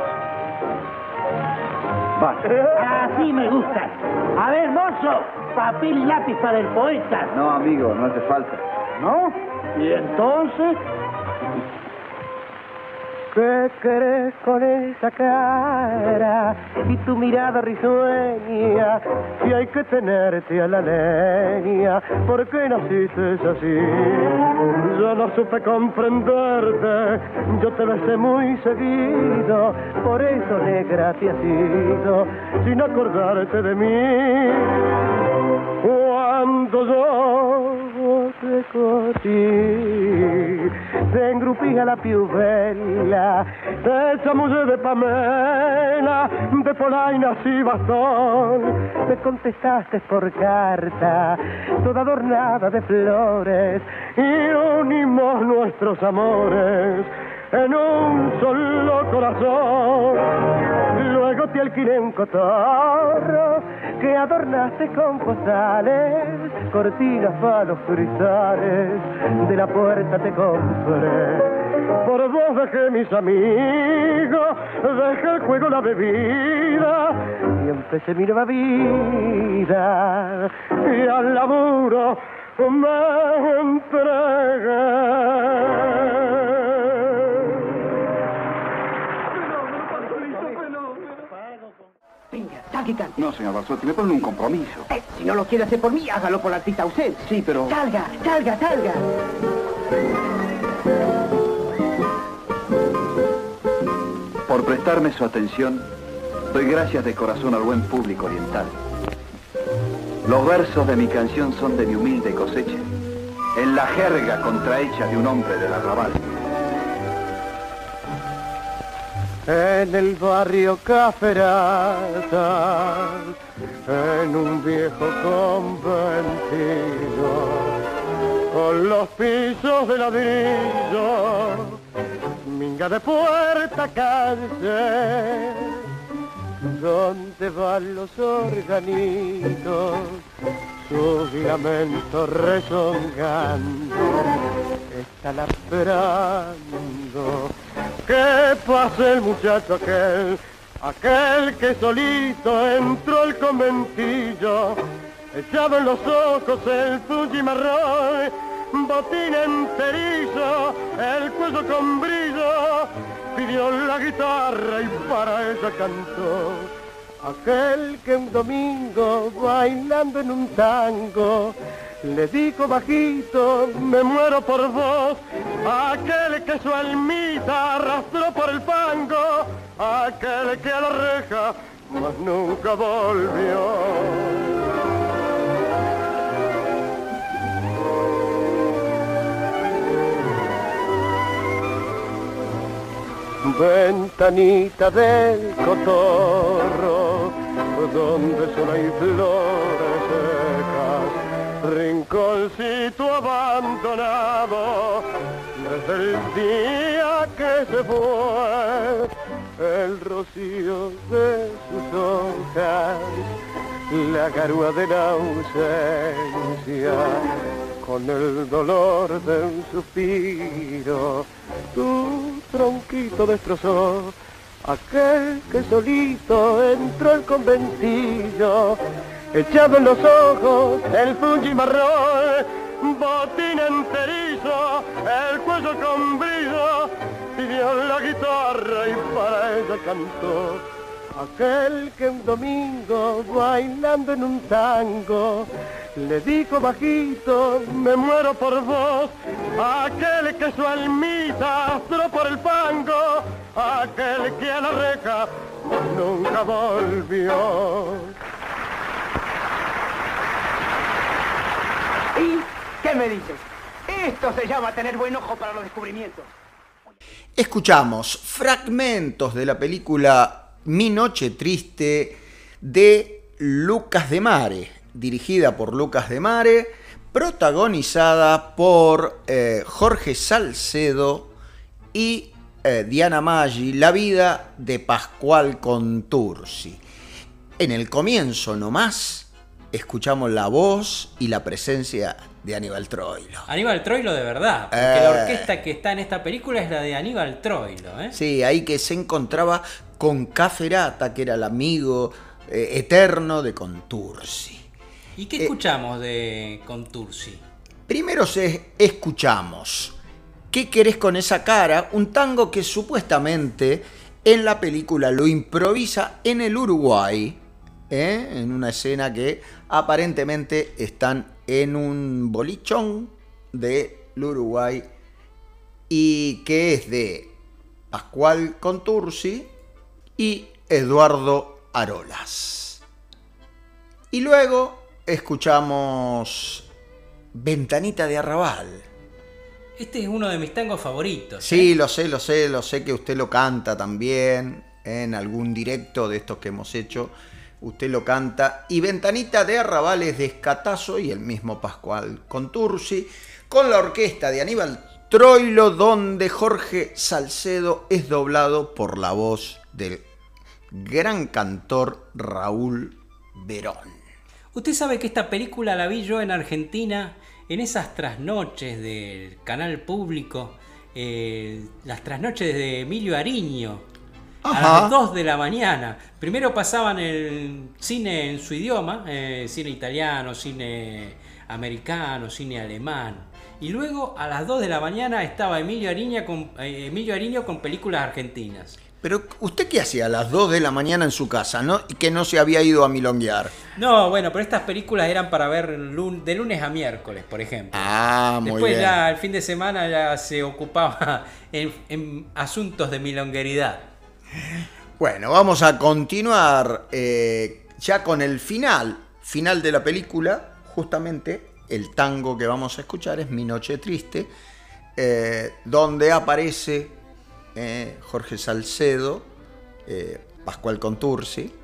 Así me gusta. A ver, mozo, papel y lápiz para el poeta. No, amigo, no hace falta. ¿No? ¿Y entonces? ¿Qué querés con esa cara y tu mirada risueña? Si hay que tenerte a la leña, ¿por qué naciste así? Yo no supe comprenderte, yo te besé muy seguido, por eso negra te has ido, sin acordarte de mí. Cuando yo te cogí, te engrupí a la piuvela, te chamullé de Pamela, de polainas y bastón. Me contestaste por carta, toda adornada de flores, y unimos nuestros amores en un solo corazón. Luego te alquilé un cotorro que adornaste con postales, cortinas para los cristales, de la puerta te compré. Por vos dejé mis amigos, dejé el juego, la bebida, y empecé mi nueva vida, y al laburo me entregué. Venga, salga y cante. No, señor Barsotti, me ponen un compromiso. Si no lo quiere hacer por mí, hágalo por la artista usted. Sí, pero... Salga, salga, salga. Por prestarme su atención, doy gracias de corazón al buen público oriental. Los versos de mi canción son de mi humilde cosecha, en la jerga contrahecha de un hombre del arrabal. En el barrio Caferata, en un viejo conventillo, con los pisos de ladrillo, minga de puerta calle, donde van los organitos, sus lamentos rezongando, está labrando. Que pase el muchacho aquel que solito entró al conventillo, echado en los ojos el fuji marrón, botín enterizo, el cuello con brillo, pidió la guitarra y para ella cantó. Aquel que un domingo bailando en un tango Le digo bajito, me muero por vos, aquel que su almita arrastró por el fango, aquel que a la reja mas nunca volvió. Ventanita del cotorro, donde solo hay flores secas, rinconcito abandonado, desde el día que se fue, el rocío de sus hojas, la garúa de la ausencia, con el dolor de un suspiro, tu tronquito destrozó, aquel que solito entró al conventillo, echado en los ojos el fungi marrón, botín enterizo, el cuello con brillo, pidió la guitarra y para ella cantó. Aquel que un domingo bailando en un tango le dijo bajito, me muero por vos, aquel que su almita astró por el fango, aquel que a la reja nunca volvió. ¿Y qué me dices? Esto se llama tener buen ojo para los descubrimientos. Escuchamos fragmentos de la película Mi Noche Triste de Lucas de Mare, dirigida por Lucas de Mare, protagonizada por Jorge Salcedo y Diana Maggi, la vida de Pascual Contursi. En el comienzo nomás escuchamos la voz y la presencia de Aníbal Troilo. Aníbal Troilo de verdad, porque la orquesta que está en esta película es la de Aníbal Troilo. Sí, ahí que se encontraba con Caferata, que era el amigo eterno de Contursi. ¿Y qué escuchamos de Contursi? Primero escuchamos ¿Qué querés con esa cara? Un tango que supuestamente en la película lo improvisa en el Uruguay, en una escena que aparentemente están en un bolichón del Uruguay y que es de Pascual Contursi y Eduardo Arolas. Y luego escuchamos Ventanita de Arrabal. Este es uno de mis tangos favoritos. Sí, lo sé que usted lo canta también en algún directo de estos que hemos hecho. Usted lo canta. Y Ventanita de Arrabal es de Escatazo y el mismo Pascual Contursi, con la orquesta de Aníbal Troilo, donde Jorge Salcedo es doblado por la voz del gran cantor Raúl Verón. Usted sabe que esta película la vi yo en Argentina, en esas trasnoches del canal público, las trasnoches de Emilio Ariño, a las 2 de la mañana. Primero pasaban el cine en su idioma, cine italiano, cine americano, cine alemán. Y luego a las 2 de la mañana estaba Emilio Ariño con películas argentinas. Pero ¿usted qué hacía a las 2 de la mañana en su casa, no? Y que no se había ido a milonguear. No, bueno, pero estas películas eran para ver de lunes a miércoles, por ejemplo. Ah, muy bien. Después ya el fin de semana ya se ocupaba en asuntos de milongueridad. Bueno, vamos a continuar ya con el final de la película. Justamente el tango que vamos a escuchar es Mi Noche Triste, donde aparece Jorge Salcedo, Pascual Contursi,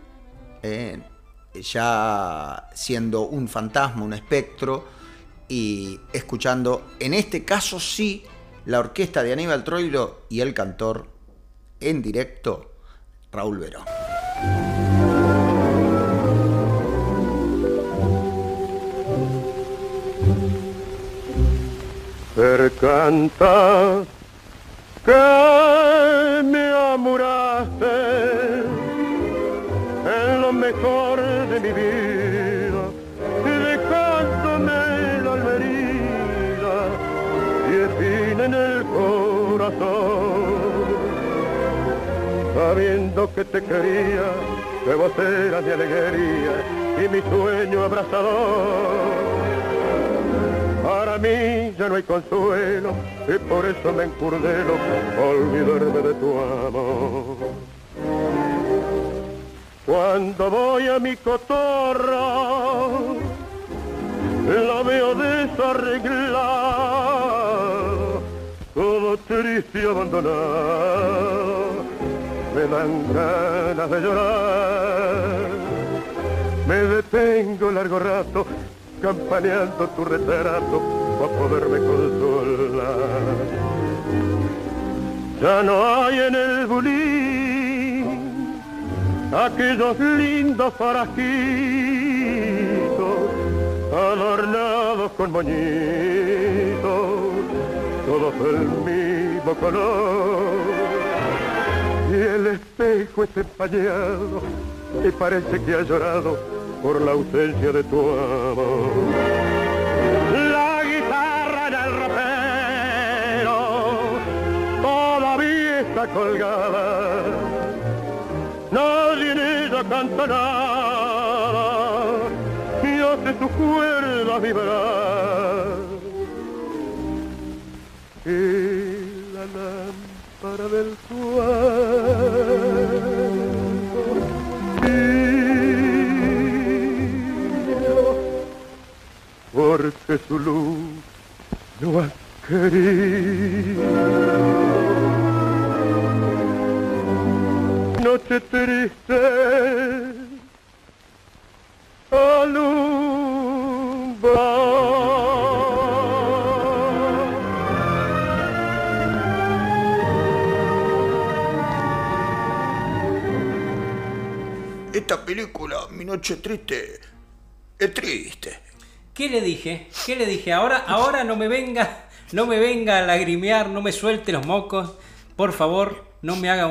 ya siendo un fantasma, un espectro, y escuchando, en este caso sí, la orquesta de Aníbal Troilo y el cantor en directo, Raúl Verón. Canta que me amuraste en lo mejor de mi vida, dejándome la alma herida y espina en el corazón, sabiendo que te quería, que vos eras mi alegría y mi sueño abrazador. para mí ya no hay consuelo y por eso me encurdelo olvidarme de tu amor. Cuando voy a mi cotorra la veo desarreglada, todo triste y abandonada, me dan ganas de llorar. Me detengo largo rato, campaneando tu retrato, para poderme consolar. Ya no hay en el bulín aquellos lindos farajitos, adornados con moñitos, todos del mismo color. Y el espejo está empañado y parece que ha llorado por la ausencia de tu amor. La guitarra en el ropero todavía está colgada, nadie en ella canta nada y hace sus cuerdas vibrar. Y la lámpara del cuarto porque su luz no ha querido. Noche triste Esta película, Mi Noche Triste, es triste. ¿Qué le dije? ¿Qué le dije? Ahora no me venga a lagrimear, no me suelte los mocos. Por favor, no me haga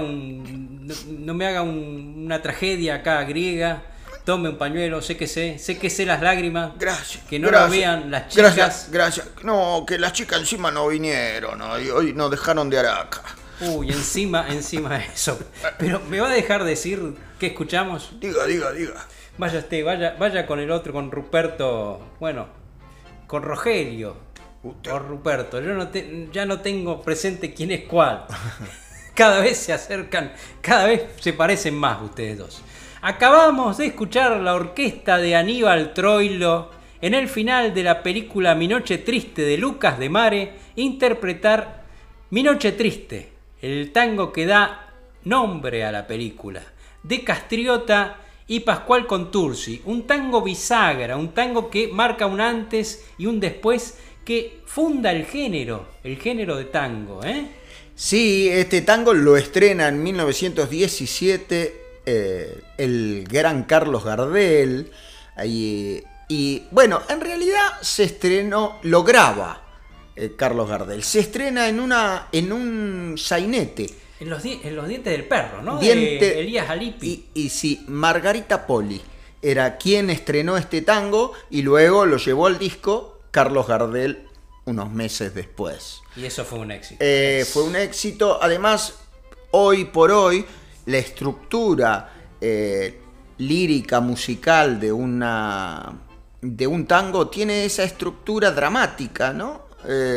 una tragedia acá griega. Tome un pañuelo, sé que sé las lágrimas. Gracias. Que no lo vean las chicas. Gracias. No, que las chicas encima no vinieron, ¿no? Y hoy nos dejaron de Araca. Uy, encima de eso. Pero ¿me va a dejar decir qué escuchamos? Diga. Vaya usted, vaya con el otro, con Ruperto. Bueno, con Rogelio. Usted. O Ruperto. Yo ya no tengo presente quién es cuál. Cada vez se acercan, cada vez se parecen más ustedes dos. Acabamos de escuchar la orquesta de Aníbal Troilo en el final de la película Mi Noche Triste de Lucas de Mare interpretar Mi Noche Triste, el tango que da nombre a la película, de Castriota y Pascual Contursi, un tango bisagra, un tango que marca un antes y un después, que funda el género de tango, ¿eh? Sí, este tango lo estrena en 1917 el gran Carlos Gardel. Y bueno, en realidad se estrenó, lo graba Carlos Gardel. Se estrena en un sainete. En los dientes del perro, ¿no? De Elías Alipi. Y sí, Margarita Poli era quien estrenó este tango y luego lo llevó al disco Carlos Gardel unos meses después. Y eso fue un éxito. Fue un éxito. Además, hoy por hoy, la estructura lírica, musical de un tango tiene esa estructura dramática, ¿no?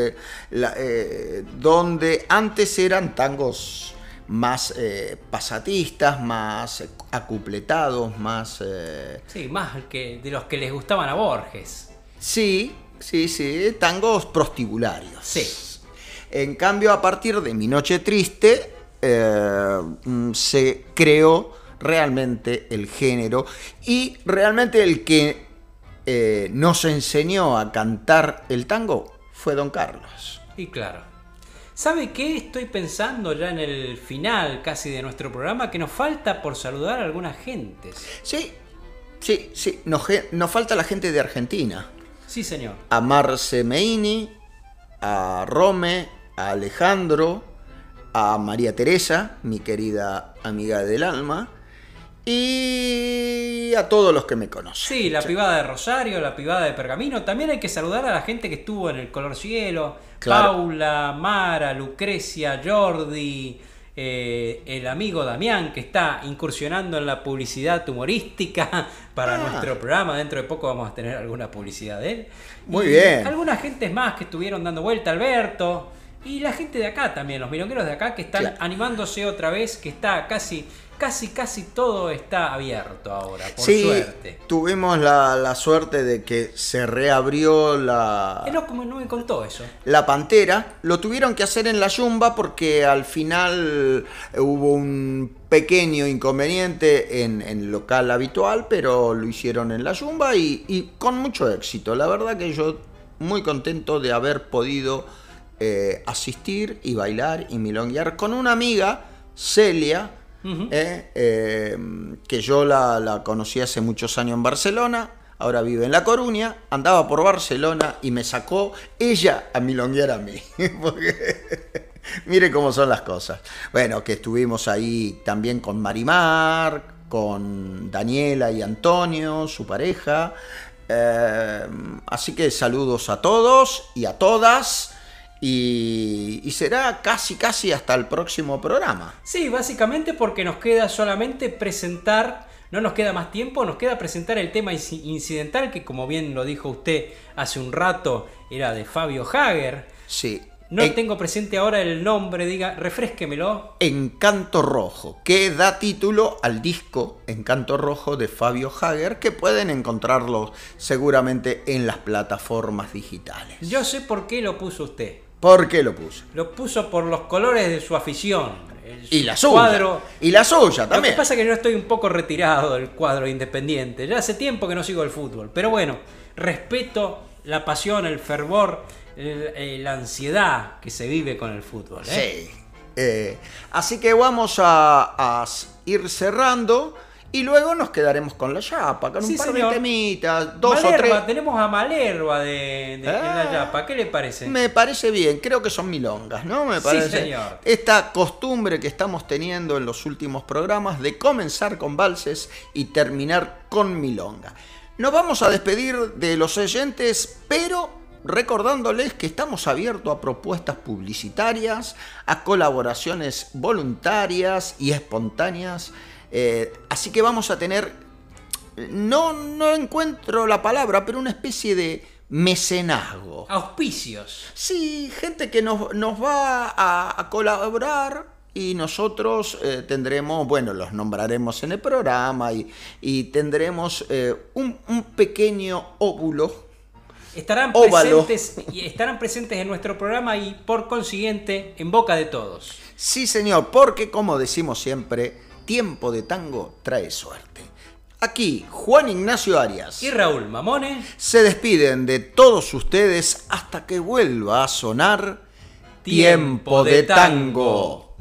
Donde antes eran tangos más pasatistas, más acupletados, más... Sí, más de los que les gustaban a Borges. Sí, tangos prostibularios. Sí. En cambio, a partir de Mi Noche Triste, se creó realmente el género y realmente el que nos enseñó a cantar el tango fue Don Carlos. Y claro. ¿Sabe qué? Estoy pensando ya en el final casi de nuestro programa que nos falta por saludar a algunas gentes. Sí. Nos falta la gente de Argentina. Sí, señor. A Marce Meini, a Rome, a Alejandro, a María Teresa, mi querida amiga del alma, y a todos los que me conocen. Sí, la Pivada de Rosario, la Pivada de Pergamino. También hay que saludar a la gente que estuvo en el Color Cielo. Claro. Paula, Mara, Lucrecia, Jordi, el amigo Damián, que está incursionando en la publicidad humorística para nuestro programa. Dentro de poco vamos a tener alguna publicidad de él. Muy bien. Algunas gentes más que estuvieron dando vuelta, Alberto, y la gente de acá también, los milongueros de acá que están animándose otra vez, que está casi todo está abierto ahora, por suerte. Tuvimos la suerte de que se reabrió no me contó eso. La Pantera. Lo tuvieron que hacer en la Yumba porque al final hubo un pequeño inconveniente en el local habitual, pero lo hicieron en la Yumba y con mucho éxito. La verdad que yo muy contento de haber podido asistir y bailar y milonguear con una amiga, Celia, que yo la conocí hace muchos años en Barcelona, ahora vive en La Coruña, andaba por Barcelona y me sacó ella a milonguear a mí. Porque mire cómo son las cosas. Bueno, que estuvimos ahí también con Marimar, con Daniela y Antonio, su pareja. Así que saludos a todos y a todas. Y será casi hasta el próximo programa. Sí, básicamente porque nos queda solamente presentar, no nos queda más tiempo, nos queda presentar el tema incidental que, como bien lo dijo usted hace un rato, era de Fabio Hager. Sí. No tengo presente ahora el nombre, refrésquemelo. Encanto Rojo, que da título al disco Encanto Rojo de Fabio Hager, que pueden encontrarlo seguramente en las plataformas digitales. Yo sé por qué lo puso usted. ¿Por qué lo puso? Lo puso por los colores de su afición. Y la suya. Cuadro. Y la suya también. Lo que pasa es que yo estoy un poco retirado del cuadro Independiente. Ya hace tiempo que no sigo el fútbol. Pero bueno, respeto la pasión, el fervor, la ansiedad que se vive con el fútbol. Sí. Así que vamos a ir cerrando. Y luego nos quedaremos con la Yapa, con un par de temitas, dos o tres. Tenemos a Malerva en la Yapa, ¿qué le parece? Me parece bien, creo que son milongas, ¿no? Me parece. Sí, señor. Esta costumbre que estamos teniendo en los últimos programas de comenzar con valses y terminar con milonga. Nos vamos a despedir de los oyentes, pero recordándoles que estamos abiertos a propuestas publicitarias, a colaboraciones voluntarias y espontáneas. Así que vamos a tener, no encuentro la palabra, pero una especie de mecenazgo. Auspicios. Sí, gente que nos va a colaborar y nosotros tendremos, los nombraremos en el programa y tendremos un pequeño óvulo. Estarán presentes en nuestro programa y por consiguiente en boca de todos. Sí, señor, porque como decimos siempre, tiempo de tango trae suerte. Aquí, Juan Ignacio Arias y Raúl Mamone se despiden de todos ustedes hasta que vuelva a sonar Tiempo de Tango.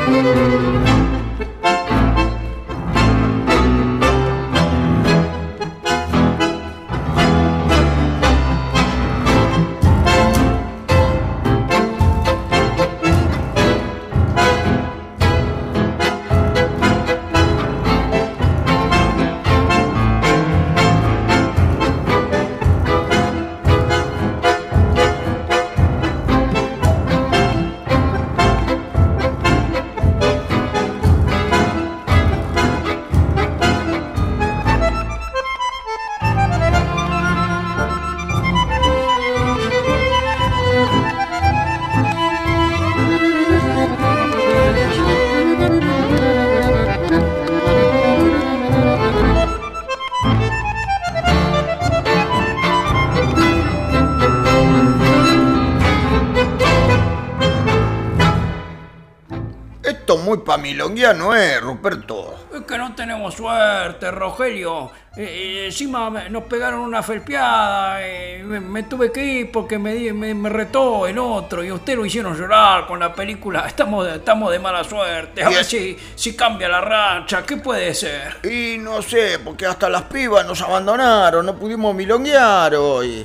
Muy pamilonguía no es, Ruperto. Es que no tenemos suerte, Rogelio. Encima nos pegaron una felpeada. Me tuve que ir porque me retó el otro. Y usted lo hicieron llorar con la película. Estamos de mala suerte. A ver si cambia la racha. ¿Qué puede ser? Y no sé, porque hasta las pibas nos abandonaron. No pudimos milonguear hoy.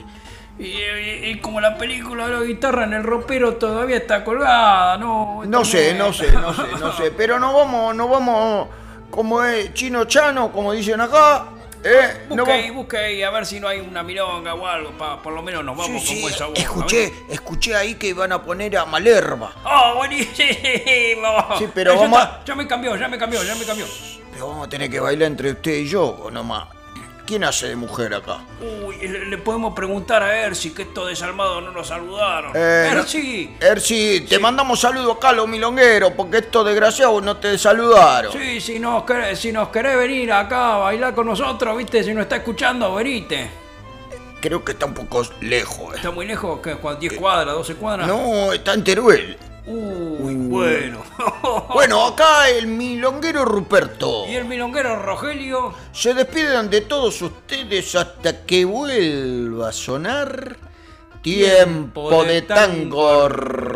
Y como la película de la guitarra en el ropero todavía está colgada, ¿no? No sé, pero no vamos como es Chino Chano, como dicen acá. Busque ahí, a ver si no hay una milonga o algo, por lo menos nos vamos con buen sabor. Escuché ahí que iban a poner a Malerva. ¡Oh, buenísimo! Sí, pero vamos ya me cambió. Pero vamos a tener que bailar entre usted y yo, nomás. ¿Quién hace de mujer acá? Uy, le podemos preguntar a Erci, que estos desalmados no nos saludaron. Erci, te mandamos saludos acá a los milongueros, porque estos desgraciados no te saludaron. Sí, si nos querés venir acá a bailar con nosotros, viste, si nos está escuchando, venite. Creo que está un poco lejos. ¿Está muy lejos? ¿Qué, 10 cuadras, 12 cuadras? No, está en Teruel. Bueno. Bueno, acá el milonguero Ruperto. ¿Y el milonguero Rogelio? Se despiden de todos ustedes hasta que vuelva a sonar Tiempo de Tango.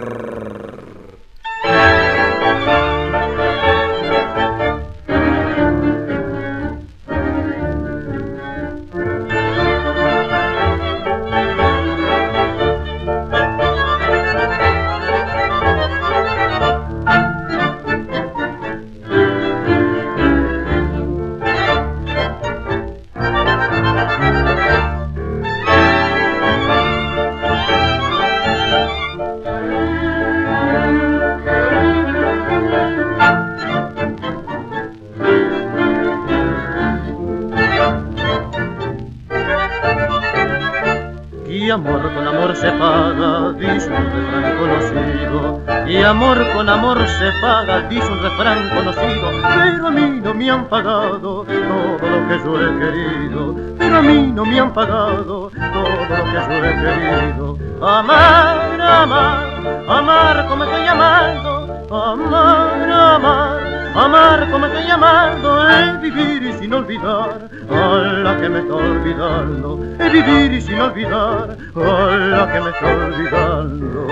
Y amor con amor se paga, dice un refrán conocido. Y amor con amor se paga, dice un refrán conocido. Pero a mí no me han pagado todo lo que yo he querido. Pero a mí no me han pagado todo lo que yo he querido. Amar, amar, amar como estoy amando. Amar, amar, amar como estoy amando. Es vivir y sin olvidar a la que me está olvidando. Es vivir y sin olvidar a la que me está olvidando.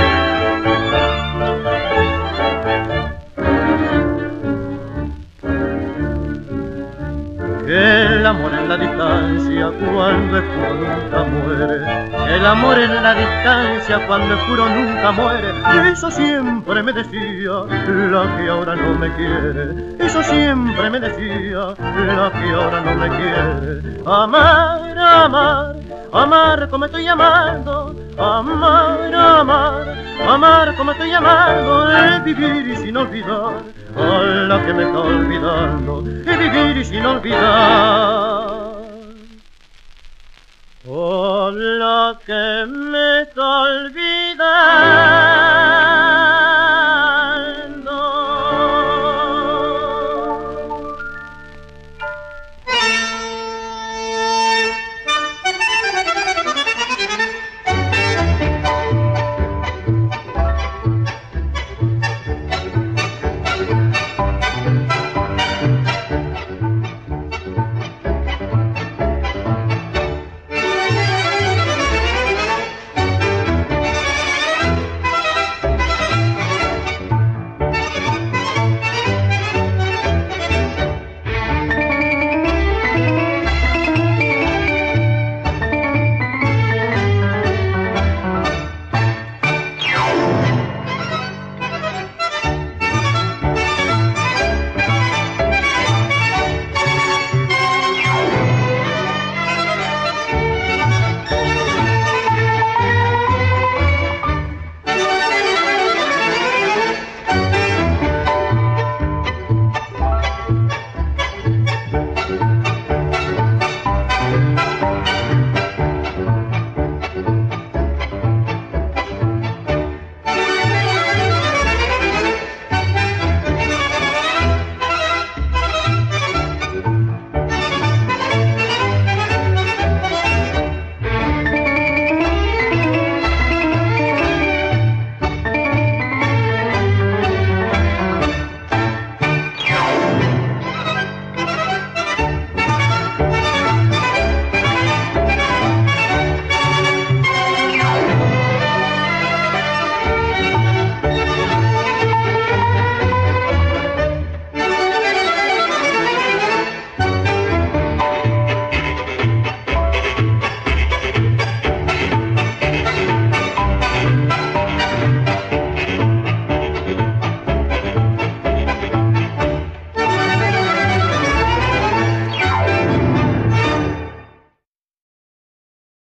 Que el amor en la distancia cuando es puro nunca muere. El amor en la distancia cuando es puro nunca muere. Eso siempre me decía la que ahora no me quiere. Eso siempre me decía la que ahora no me quiere. Amar, amar, amar como estoy amando. Amar, amar, amar como estoy amando. Es vivir y sin olvidar a la que me está olvidando. Es vivir y sin olvidar a la que me está olvidando.